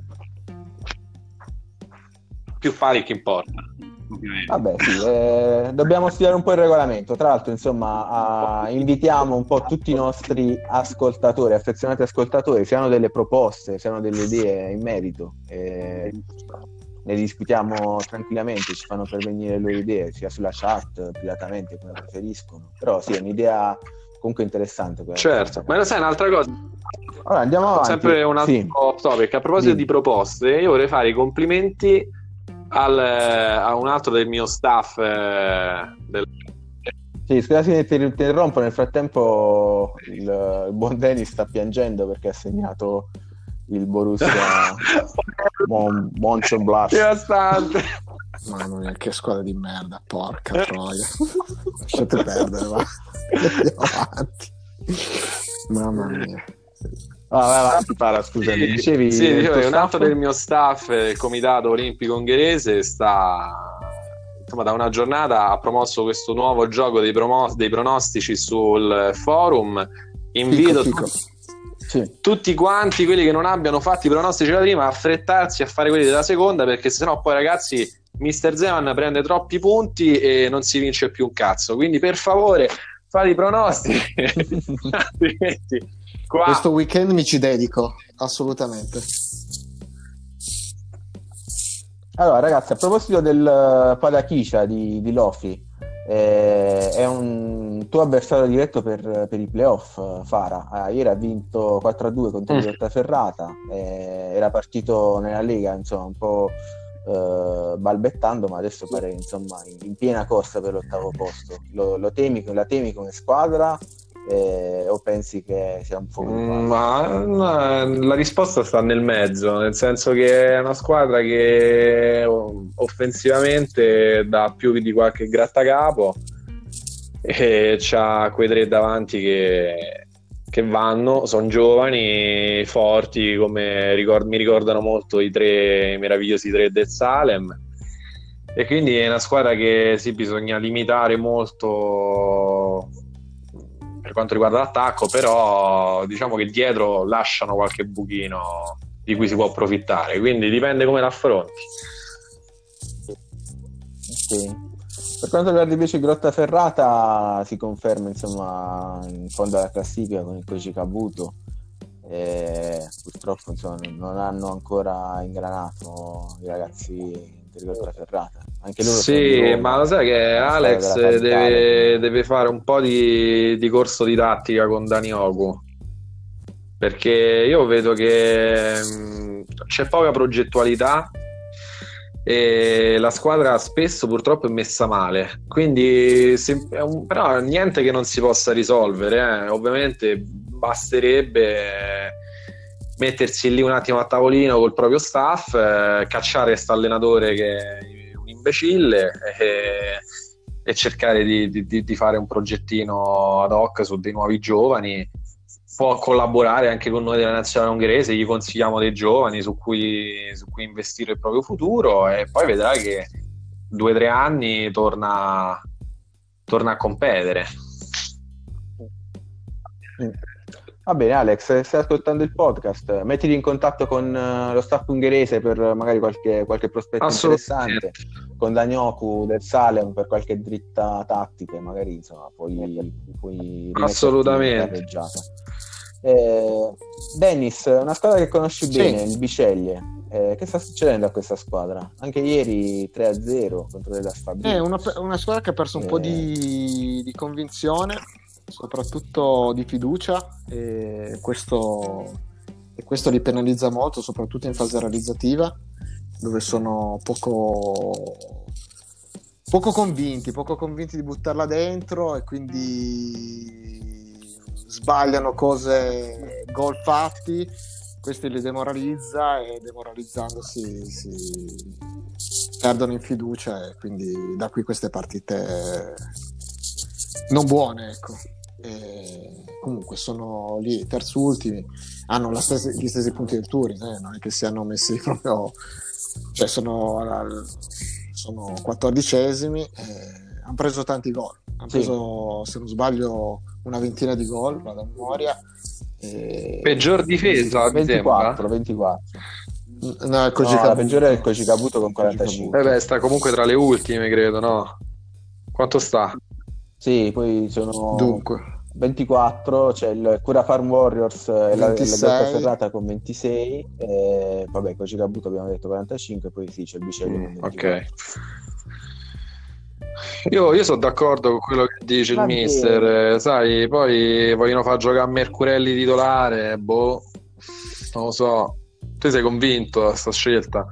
Più pali che importa. ovviamente. Vabbè, sì, eh, dobbiamo studiare un po' il regolamento. Tra l'altro, insomma, a- invitiamo un po' tutti i nostri ascoltatori, affezionati ascoltatori, se hanno delle proposte, se hanno delle idee in merito, eh, ne discutiamo tranquillamente, ci fanno pervenire le loro idee, sia sulla chat, privatamente, come preferiscono. Però sì, è un'idea comunque interessante. quella. Certo, ma lo sai un'altra cosa? Allora, andiamo avanti. Sempre un altro Sì. topic. A proposito Sì. di proposte, io vorrei fare i complimenti al, a un altro del mio staff. eh, del... Sì, scusa se ti interrompo, nel frattempo il, il buon Dennis sta piangendo perché ha segnato il Borussia Mon- Mönchengladbach. Devastante. Mamma mia, che squadra di merda, porca troia. Lasciate perdere, va. Andiamo avanti. Mamma mia. Ah, vai avanti, Para, scusami, dicevi sì, il dicevo tuo che un altro staff? del mio staff, eh, il Comitato Olimpico Ungherese, sta insomma da una giornata ha promosso questo nuovo gioco dei, promo- dei pronostici sul forum. Invito Fico, fico. Sì. tutti quanti quelli che non abbiano fatto i pronostici della prima a affrettarsi a fare quelli della seconda, perché sennò poi ragazzi mister Zeman prende troppi punti e non si vince più un cazzo, quindi per favore fate i pronostici altrimenti qua... Questo weekend mi ci dedico, assolutamente. Allora, ragazzi, a proposito del Padakisha di, di Lofi, eh, è un tuo avversario diretto per, per i playoff, Fara. Ah, ieri ha vinto quattro a due contro Mm. il Grottaferrata, eh, era partito nella Lega, insomma, un po' eh, balbettando, ma adesso pare insomma in, in piena corsa per l'ottavo posto. Lo, lo temi, la temi come squadra eh, o pensi che sia un fuoco di Mm, palla? ma no, la risposta sta nel mezzo, nel senso che è una squadra che oh, offensivamente dà più di qualche grattacapo e c'ha quei tre davanti che, che vanno, sono giovani, forti, come ricord- mi ricordano molto i tre i meravigliosi tre del Salem, e quindi è una squadra che sì, bisogna limitare molto per quanto riguarda l'attacco, però diciamo che dietro lasciano qualche buchino di cui si può approfittare, quindi dipende come l'affronti. Sì. Per quanto riguarda invece Grottaferrata, si conferma insomma in fondo alla classifica con il Koji Kabuto. E purtroppo insomma, non hanno ancora ingranato i ragazzi di Grottaferrata. Anche loro sono di Sì, Roma, ma lo sai che una squadra Alex della capitale, deve, quindi- deve fare un po' di, di corso di tattica con Danioku, perché io vedo che mh, c'è poca progettualità e la squadra spesso purtroppo è messa male, quindi se- è un- però niente che non si possa risolvere, eh. Ovviamente basterebbe mettersi lì un attimo a tavolino col proprio staff, eh, cacciare questo allenatore che è un imbecille e, e cercare di, di- di fare un progettino ad hoc su dei nuovi giovani. Può collaborare anche con noi della nazionale ungherese, gli consigliamo dei giovani su cui, su cui investire il proprio futuro e poi vedrà che due o tre anni torna, torna a competere. Va bene, Alex, se stai ascoltando il podcast, mettiti in contatto con eh, lo staff ungherese per magari qualche, qualche prospetto Assolutamente. interessante, con Danioku del Salem per qualche dritta tattica, magari insomma puoi, puoi rimetterti in Assolutamente. carreggiata. Eh, Dennis, una squadra che conosci Sì. bene, il Biceglie, eh, che sta succedendo a questa squadra? Anche ieri tre a zero contro della Sfabria. È una, una squadra che ha perso un po' Eh. di, di convinzione, soprattutto di fiducia, e questo, e questo li penalizza molto, soprattutto in fase realizzativa, dove sono poco poco convinti, poco convinti di buttarla dentro, e quindi sbagliano cose, gol fatti, questi li demoralizza, e demoralizzandosi si perdono in fiducia, e quindi da qui queste partite non buone, ecco. E comunque sono lì terzultimi, hanno la stessa, gli stessi punti del Turin, eh? Non è che si hanno messi proprio, cioè sono, al, sono quattordicesimi, eh, hanno preso tanti gol, hanno Sì. preso, se non sbaglio, una ventina di gol, vado a memoria. E... Peggior difesa, mi ventiquattro, sembra. ventiquattro. No, il Koji No, la Kabuto. peggiore è il Koji Kabuto con quarantacinque. Eh beh, sta comunque tra le ultime, credo, no? Quanto sta? Sì, poi sono Dunque, ventiquattro, c'è il Cura Farm Warriors e la, la ventisei. Grotta Ferrata con ventisei, e vabbè, Koji Kabuto abbiamo detto quarantacinque, poi sì, c'è il Bicelli con Mm, ventiquattro. ok. Io, io sono d'accordo con quello che dice Va il bene. mister, eh, sai, poi vogliono far giocare a Mercurelli titolare, boh, non lo so. Tu sei convinto da sta scelta?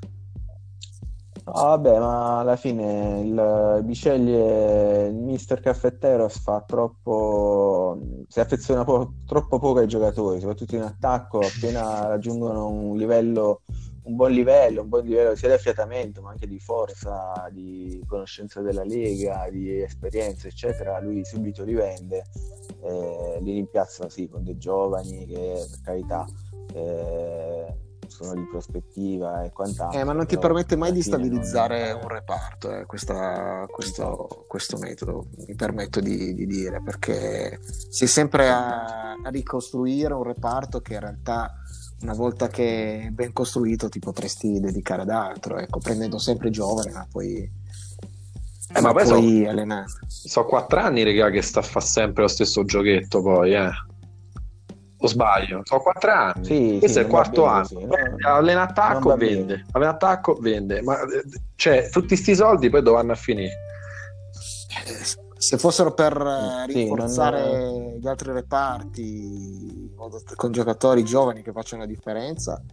No, vabbè, ma alla fine il Bicelli e il mister Caffetteros fa troppo, si affeziona po- troppo poco ai giocatori, soprattutto in attacco. Appena raggiungono un livello, un buon livello, un buon livello sia di affiatamento, ma anche di forza, di conoscenza della Lega, di esperienza, eccetera, lui subito li vende, eh, li rimpiazza sì con dei giovani che, per carità, eh, sono di prospettiva e quant'altro, Eh, ma non ti però permette mai alla di fine stabilizzare non- un reparto, eh, questa- questo, Esatto. questo metodo, mi permetto di, di dire, perché sei sempre a, a ricostruire un reparto che in realtà, una volta che è ben costruito, ti potresti dedicare ad altro, ecco, prendendo sempre i giovani, ma poi, Eh, ma ma poi poi allenando. so quattro anni, raga, che sta a fa sempre lo stesso giochetto, poi, eh. O sbaglio? Sono quattro anni. Sì, Questo sì, è il non va quarto bene anno. così, no? Prende, allena Non attacco, va vende. bene. Allena attacco, vende. Ma eh, cioè, tutti sti soldi poi dove vanno a finire? Eh, Se fossero per eh, Sì, non- rinforzare gli altri reparti in modo- con giocatori giovani che facciano la differenza,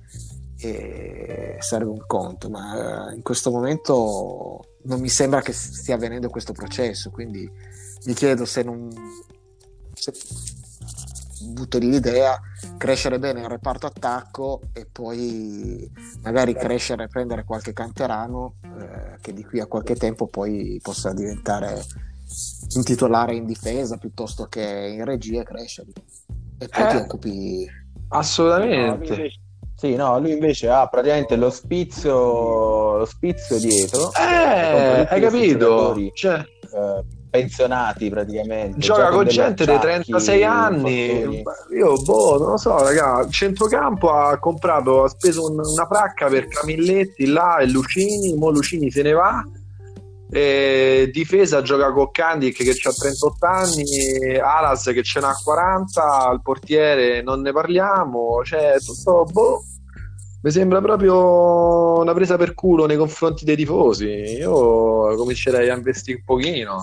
eh, sarebbe un conto, ma eh, in questo momento non mi sembra che stia avvenendo questo processo, quindi mi chiedo se non, se, butto lì l'idea, crescere bene il reparto attacco e poi magari crescere e prendere qualche canterano, eh, che di qui a qualche tempo poi possa diventare un titolare in difesa piuttosto che in regia, e crescere e poi Eh. ti occupi. Assolutamente. Sì, no, lui invece ha praticamente lo spizio, lo spizio dietro. Eh, hai capito? Giocatori, Cioè, eh, pensionati praticamente. gioca già con degli gente dei acciacchi, trentasei anni. infortuni. Io, boh, non lo so, raga. Centrocampo ha comprato, ha speso un- una fracca per Camilletti là e Lucini. Mo Lucini se ne va. E difesa gioca con Kandik che ha trentotto anni, Alas che ce n'ha quaranta, il portiere non ne parliamo, cioè tutto boh, mi sembra proprio una presa per culo nei confronti dei tifosi. Io comincerei a investire un pochino.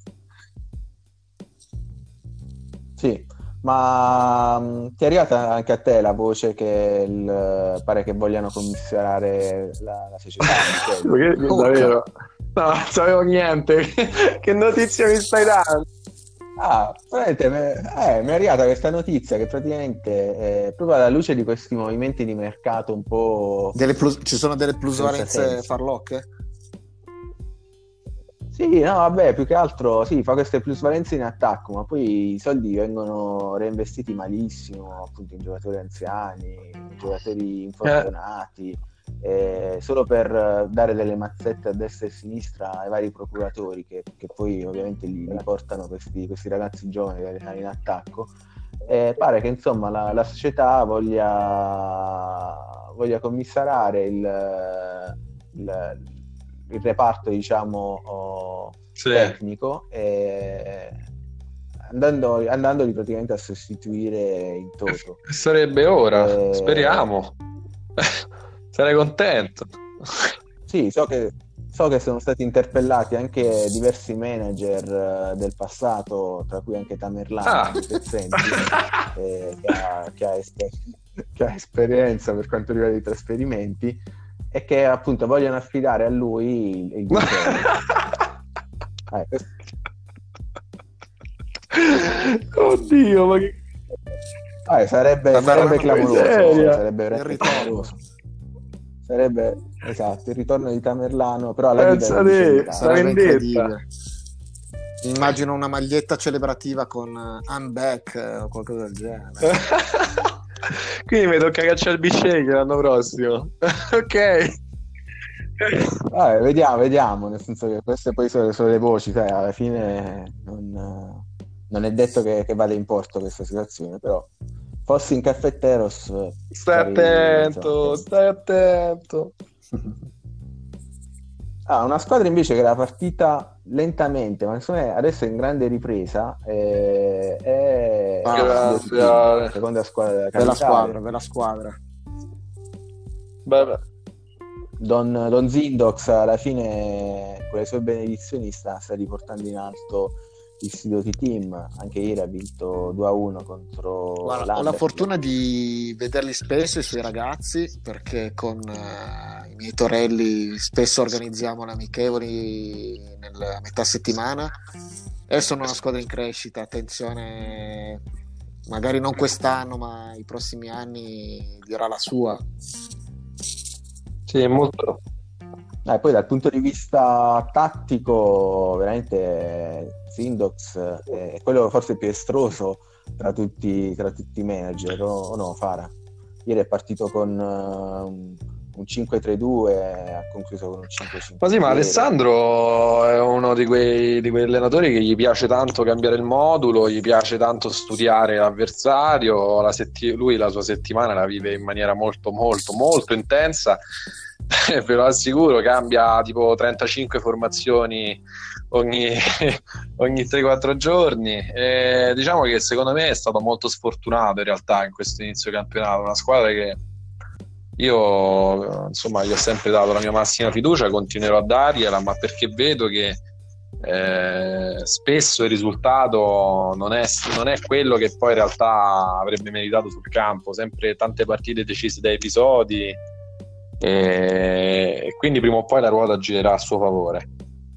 Sì, ma mh, ti è arrivata anche a te la voce che il- pare che vogliano commissariare la, la società? Michele? Che- Oh, davvero? No, non sapevo niente. Che notizia mi stai dando? Ah, veramente, me- eh, mi è arrivata questa notizia che praticamente, eh, proprio alla luce di questi movimenti di mercato un po'... Delle plus- ci sono delle senza plusvalenze senso. farlocche? Sì, no, vabbè, più che altro sì, fa queste plusvalenze in attacco, ma poi i soldi vengono reinvestiti malissimo, appunto in giocatori anziani, in giocatori infortunati, eh, solo per eh, dare delle mazzette a destra e a sinistra ai vari procuratori che, che poi ovviamente li, li portano questi, questi ragazzi giovani in attacco. Eh, pare che insomma la, la società voglia, voglia commissariare il, il, il reparto, diciamo, oh, Sì. tecnico, eh, andando, andandoli praticamente a sostituire in toto. Sarebbe ora, Eh, speriamo. Sarei contento. Sì, so che, so che sono stati interpellati anche diversi manager uh, del passato, tra cui anche Tamerlano, ah. Pezzenti, eh, che, ha, che, ha esper- che ha esperienza per quanto riguarda i trasferimenti, e che appunto vogliono affidare a lui il, il eh, questo... Oddio, ma che... ah, sarebbe, sarebbe clamoroso, sarebbe veramente clamoroso. Sarebbe esatto il ritorno di Tamerlano, però alla Pensa te, sarebbe incredibile. Immagino una maglietta celebrativa con uh, I'm back o qualcosa del genere. Quindi mi tocca cacciare il bicchiere l'anno prossimo. Ok. Ah, vediamo, vediamo, nel senso che queste poi sono, sono le voci, sai, alla fine non, non è detto che, che vada in porto questa situazione, però fossi in Caffetteros stai attento, insomma, stai attento. Ah, una squadra invece che era partita lentamente, ma insomma adesso è in grande ripresa, eh, è ah, la seconda squadra della squadra, bella squadra. Beh, Don, Don Zindox alla fine con le sue benedizioni sta, sta riportando in alto il Sidoti Team. Anche ieri ha vinto due a uno contro Guarda, ho la fortuna di vederli spesso i suoi ragazzi, perché con uh, i miei torelli spesso organizziamo le amichevoli nella metà settimana e sono una squadra in crescita. Attenzione, magari non quest'anno ma i prossimi anni dirà la sua. Sì, è molto. Eh, poi dal punto di vista tattico veramente Zindox è quello forse più estroso tra tutti, tra tutti i manager, o, o no Fara? Ieri è partito con uh, un cinque tre due, ha concluso con un cinque cinque. Ma sì, ma Alessandro è uno di quei, di quei allenatori che gli piace tanto cambiare il modulo, gli piace tanto studiare l'avversario. La setti- lui la sua settimana la vive in maniera molto molto molto intensa. Ve lo assicuro, cambia tipo trentacinque formazioni ogni, ogni tre quattro giorni, e diciamo che secondo me è stato molto sfortunato in realtà in questo inizio campionato. Una squadra che io insomma gli ho sempre dato la mia massima fiducia, continuerò a dargliela, ma perché vedo che eh, spesso il risultato non è, non è quello che poi in realtà avrebbe meritato sul campo. Sempre tante partite decise da episodi, e quindi prima o poi la ruota girerà a suo favore.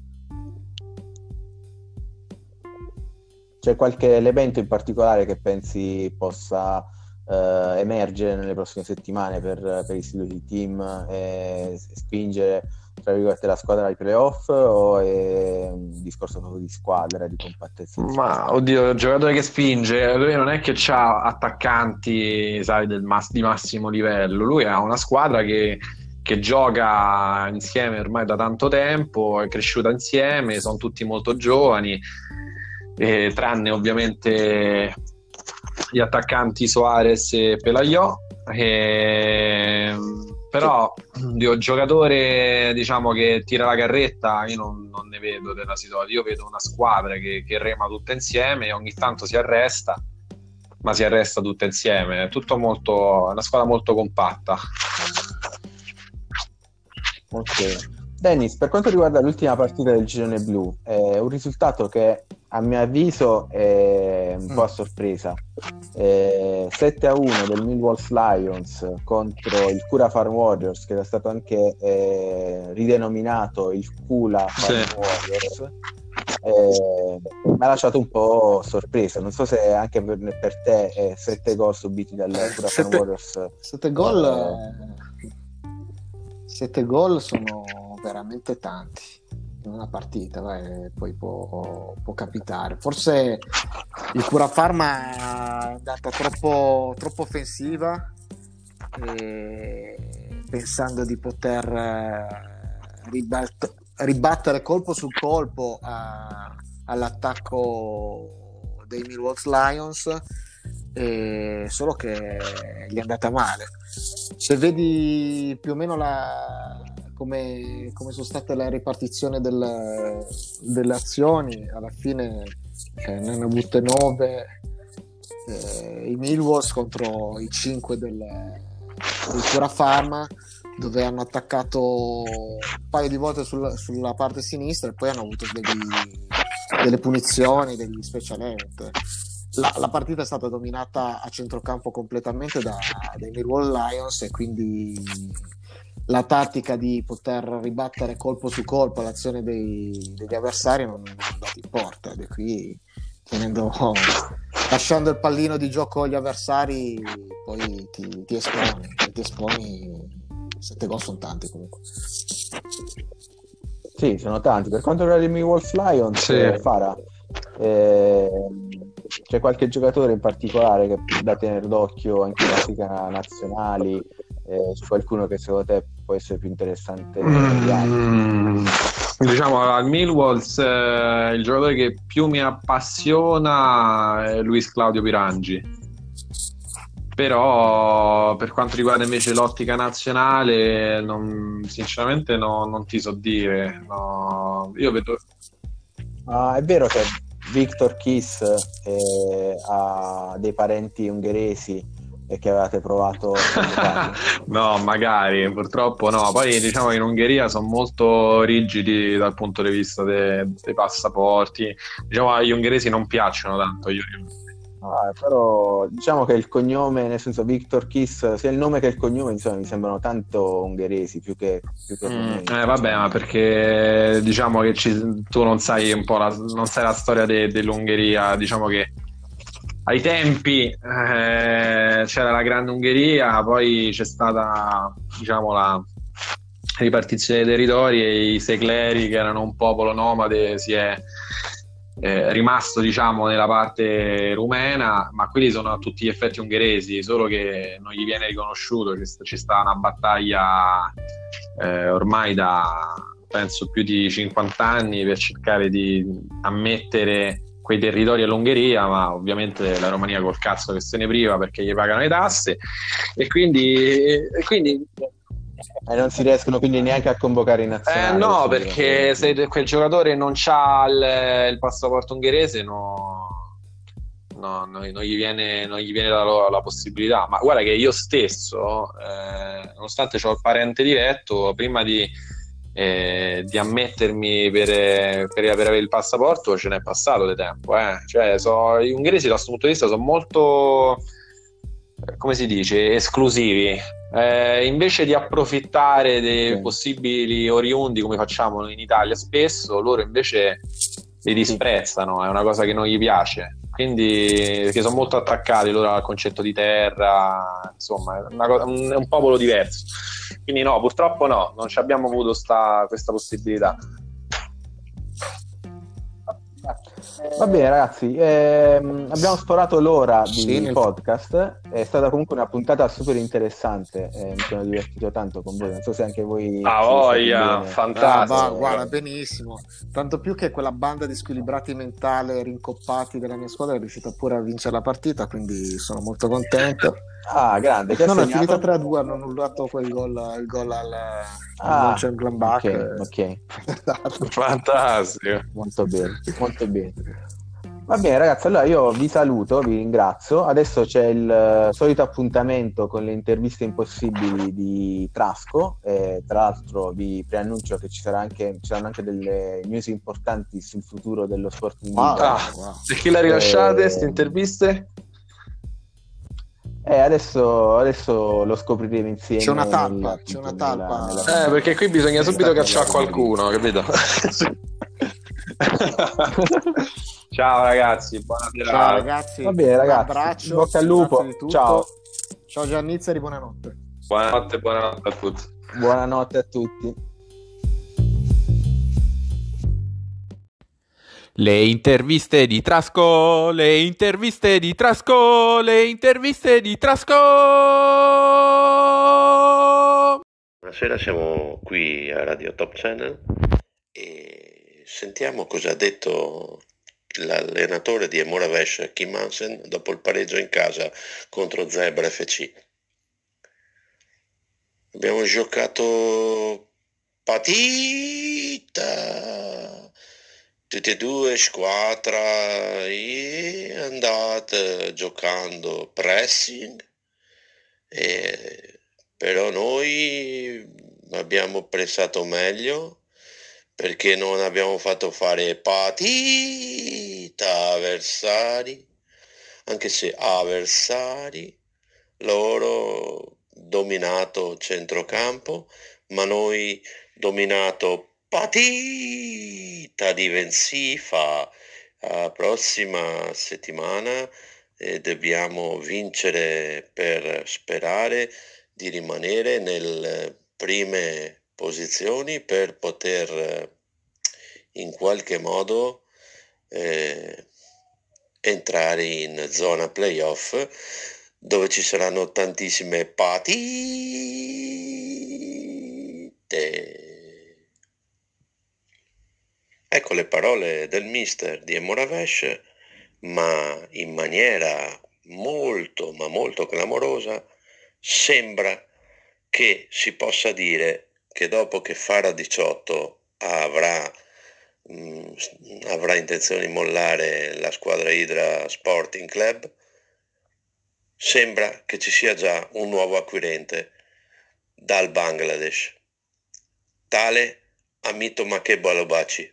C'è qualche elemento in particolare che pensi possa eh, emergere nelle prossime settimane per, per il Sidoti Team e spingere tra virgolette la squadra ai playoff, o è un discorso proprio di squadra, di compattezza? Ma oddio, il giocatore che spinge, lui non è che ha attaccanti, sai, del mass- di massimo livello. Lui ha una squadra che, che gioca insieme ormai da tanto tempo, è cresciuta insieme, sono tutti molto giovani, eh, tranne ovviamente gli attaccanti Soares e Pelaiò. E... però di un giocatore diciamo che tira la carretta io non, non ne vedo della situazione. Io vedo una squadra che, che rema tutta insieme e ogni tanto si arresta, ma si arresta tutta insieme. È tutto molto, una squadra molto compatta. Ok. Dennis, per quanto riguarda l'ultima partita del girone blu, è un risultato che a mio avviso è un po' a sorpresa. Eh, sette a uno del Millwall Lions contro il Cura Farm Warriors, che era stato anche eh, ridenominato il Cula Farm sì. Warriors. Eh, mi ha lasciato un po' sorpresa. Non so se anche per, per te eh, sette gol subiti dal Cura Farm Warriors. Sette gol eh... sette gol sono veramente tanti in una partita, vai, poi può, può capitare. Forse il Cura Farma è andata troppo, troppo offensiva, e pensando di poter ribat- ribattere colpo su colpo a, all'attacco dei Millwall Lions, e solo che gli è andata male. Se vedi più o meno la come, come sono state la ripartizione del, delle azioni, alla fine eh, ne hanno avute nove eh, i Millwall contro i cinque del, del Cura Farma, dove hanno attaccato un paio di volte sul, sulla parte sinistra e poi hanno avuto degli, delle punizioni, degli special event. La, la partita è stata dominata a centrocampo completamente da, dai Millwall Lions, e quindi la tattica di poter ribattere colpo su colpo l'azione dei, degli avversari non è andata in porta, e qui tenendo, lasciando il pallino di gioco agli avversari, poi ti, ti esponi, ti esponi. Sette gol sono tanti comunque. Sì, sono tanti. Per quanto riguarda i Millwall Lions, Sì. eh, Fara, eh, c'è qualche giocatore in particolare che da tenere d'occhio in classifica nazionali? Eh, c'è qualcuno che secondo te può essere più interessante degli altri? Mm, diciamo al Millwalls, eh, il giocatore che più mi appassiona è Luis Claudio Pirangi. Però per quanto riguarda invece l'ottica nazionale, non, sinceramente no, non ti so dire. No, io vedo. Ah, è vero che Victor Kiss eh, ha dei parenti ungheresi e che avevate provato a No, magari, purtroppo no. Poi diciamo che in Ungheria sono molto rigidi dal punto di vista de- dei passaporti. Diciamo agli ungheresi non piacciono tanto io. Ah, però diciamo che il cognome, nel senso Victor Kiss, sia il nome che il cognome, insomma, mi sembrano tanto ungheresi più che, più che Mm, rumeni. eh, vabbè, ma perché diciamo che ci- tu non sai un po' la, non sai la storia de- dell'Ungheria. Diciamo che ai tempi eh, c'era la Grande Ungheria, poi c'è stata, diciamo, la ripartizione dei territori e i Secleri, che erano un popolo nomade, si è eh, rimasto, diciamo, nella parte rumena, ma quelli sono a tutti gli effetti ungheresi, solo che non gli viene riconosciuto. C'è, sta- c'è stata una battaglia eh, ormai da penso più di cinquanta anni per cercare di ammettere quei territori all'Ungheria, ma ovviamente la Romania col cazzo che se ne priva perché gli pagano le tasse, e quindi, e quindi E non si riescono quindi neanche a convocare in eh, nazionale. no, questo perché se dico. quel giocatore non c'ha il, il passaporto ungherese, no, no, no, non gli viene, non gli viene la, la possibilità. Ma guarda che io stesso, eh, nonostante ho il parente diretto, prima di, eh, di ammettermi per, per, per avere il passaporto, ce n'è passato di tempo. Eh. Cioè, so, gli ungheresi da questo punto di vista sono molto, come si dice, esclusivi. Eh, invece di approfittare dei Ok. possibili oriundi come facciamo in Italia spesso, loro invece li disprezzano, è una cosa che non gli piace, quindi perché sono molto attaccati loro al concetto di terra, insomma è, una cosa, un, è un popolo diverso, quindi no, purtroppo no, non ci abbiamo avuto sta, questa possibilità. Va bene ragazzi, ehm, abbiamo sforato l'ora di Sì, nel- podcast, è stata comunque una puntata super interessante, eh, mi sono divertito tanto con voi, non so se anche voi Ah, siete stati voglia, bene. Ah, va, fantastico. guarda, benissimo. Tanto più che quella banda di squilibrati mentale rincoppati della mia squadra è riuscita pure a vincere la partita, quindi sono molto contento. Ah, grande, che ha No, no, è segnato? finita tre a due, hanno annullato quel gol, il gol al, al Ah, Mönchengladbach. ok, ok, Fantastico. molto bene, molto bene. Va bene ragazzi, allora io vi saluto, vi ringrazio. Adesso c'è il eh, solito appuntamento con le interviste impossibili di Trasco. Eh, tra l'altro vi preannuncio che ci sarà anche, ci saranno anche delle news importanti sul futuro dello Sporting Wow, Liga. Ah, wow. e chi la rilasciate, Eh, queste interviste? Eh, adesso, adesso lo scopriremo insieme. C'è una talpa, nella- c'è una nella- talpa. nella- Eh, perché qui bisogna subito nella- cacciare qualcuno, capito? Ciao ragazzi, buona serata. Ciao ragazzi, Va bene, un ragazzi, abbraccio, bocca al lupo, grazie di tutto. ciao. Ciao Giannizzeri, buonanotte. Buonanotte, buonanotte a tutti. Buonanotte a tutti. Le interviste di Trasco, le interviste di Trasco, le interviste di Trasco. Buonasera, siamo qui a Radio Top Channel e sentiamo cosa ha detto l'allenatore di Moravesh, Kim Hansen, dopo il pareggio in casa contro Zebra F C. Abbiamo giocato partita, tutte e due squadre e andate giocando pressing e però noi abbiamo pensato meglio, perché non abbiamo fatto fare partita avversari, anche se avversari, loro dominato centrocampo, ma noi dominato partita difensiva. La prossima settimana eh, dobbiamo vincere per sperare di rimanere nelle prime posizioni per poter eh, in qualche modo eh, entrare in zona playoff, dove ci saranno tantissime partite. Ecco le parole del mister di Moravesh, ma in maniera molto ma molto clamorosa sembra che si possa dire che dopo che Fara diciotto avrà mh, avrà intenzione di mollare la squadra Hydra Sporting Club, sembra che ci sia già un nuovo acquirente dal Bangladesh, tale Amito Makebo Alobaci.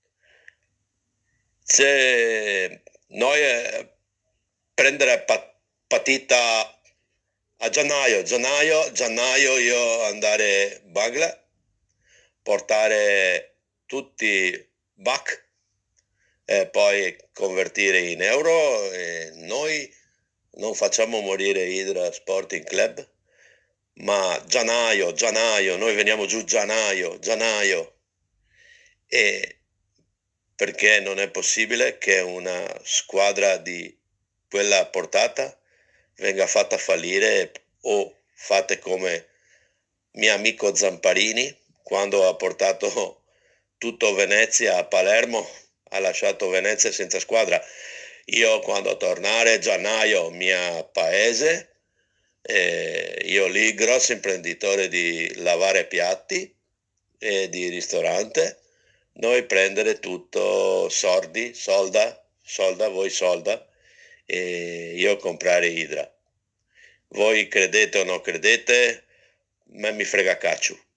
Se noi eh, prendere pa- partita a gennaio, gennaio, gennaio io andare in Bangla, portare tutti back e poi convertire in euro, e noi non facciamo morire Hydra Sporting Club, ma gennaio, gennaio, noi veniamo giù gennaio, gennaio, e perché non è possibile che una squadra di quella portata venga fatta fallire o fate come mio amico Zamparini quando ha portato tutto Venezia a Palermo, ha lasciato Venezia senza squadra. Io quando tornare a gennaio mio paese, eh, io lì grosso imprenditore di lavare piatti e di ristorante, noi prendere tutto sordi, solda, solda, voi solda, e io comprare Hydra. Voi credete o non credete, me mi frega caccio.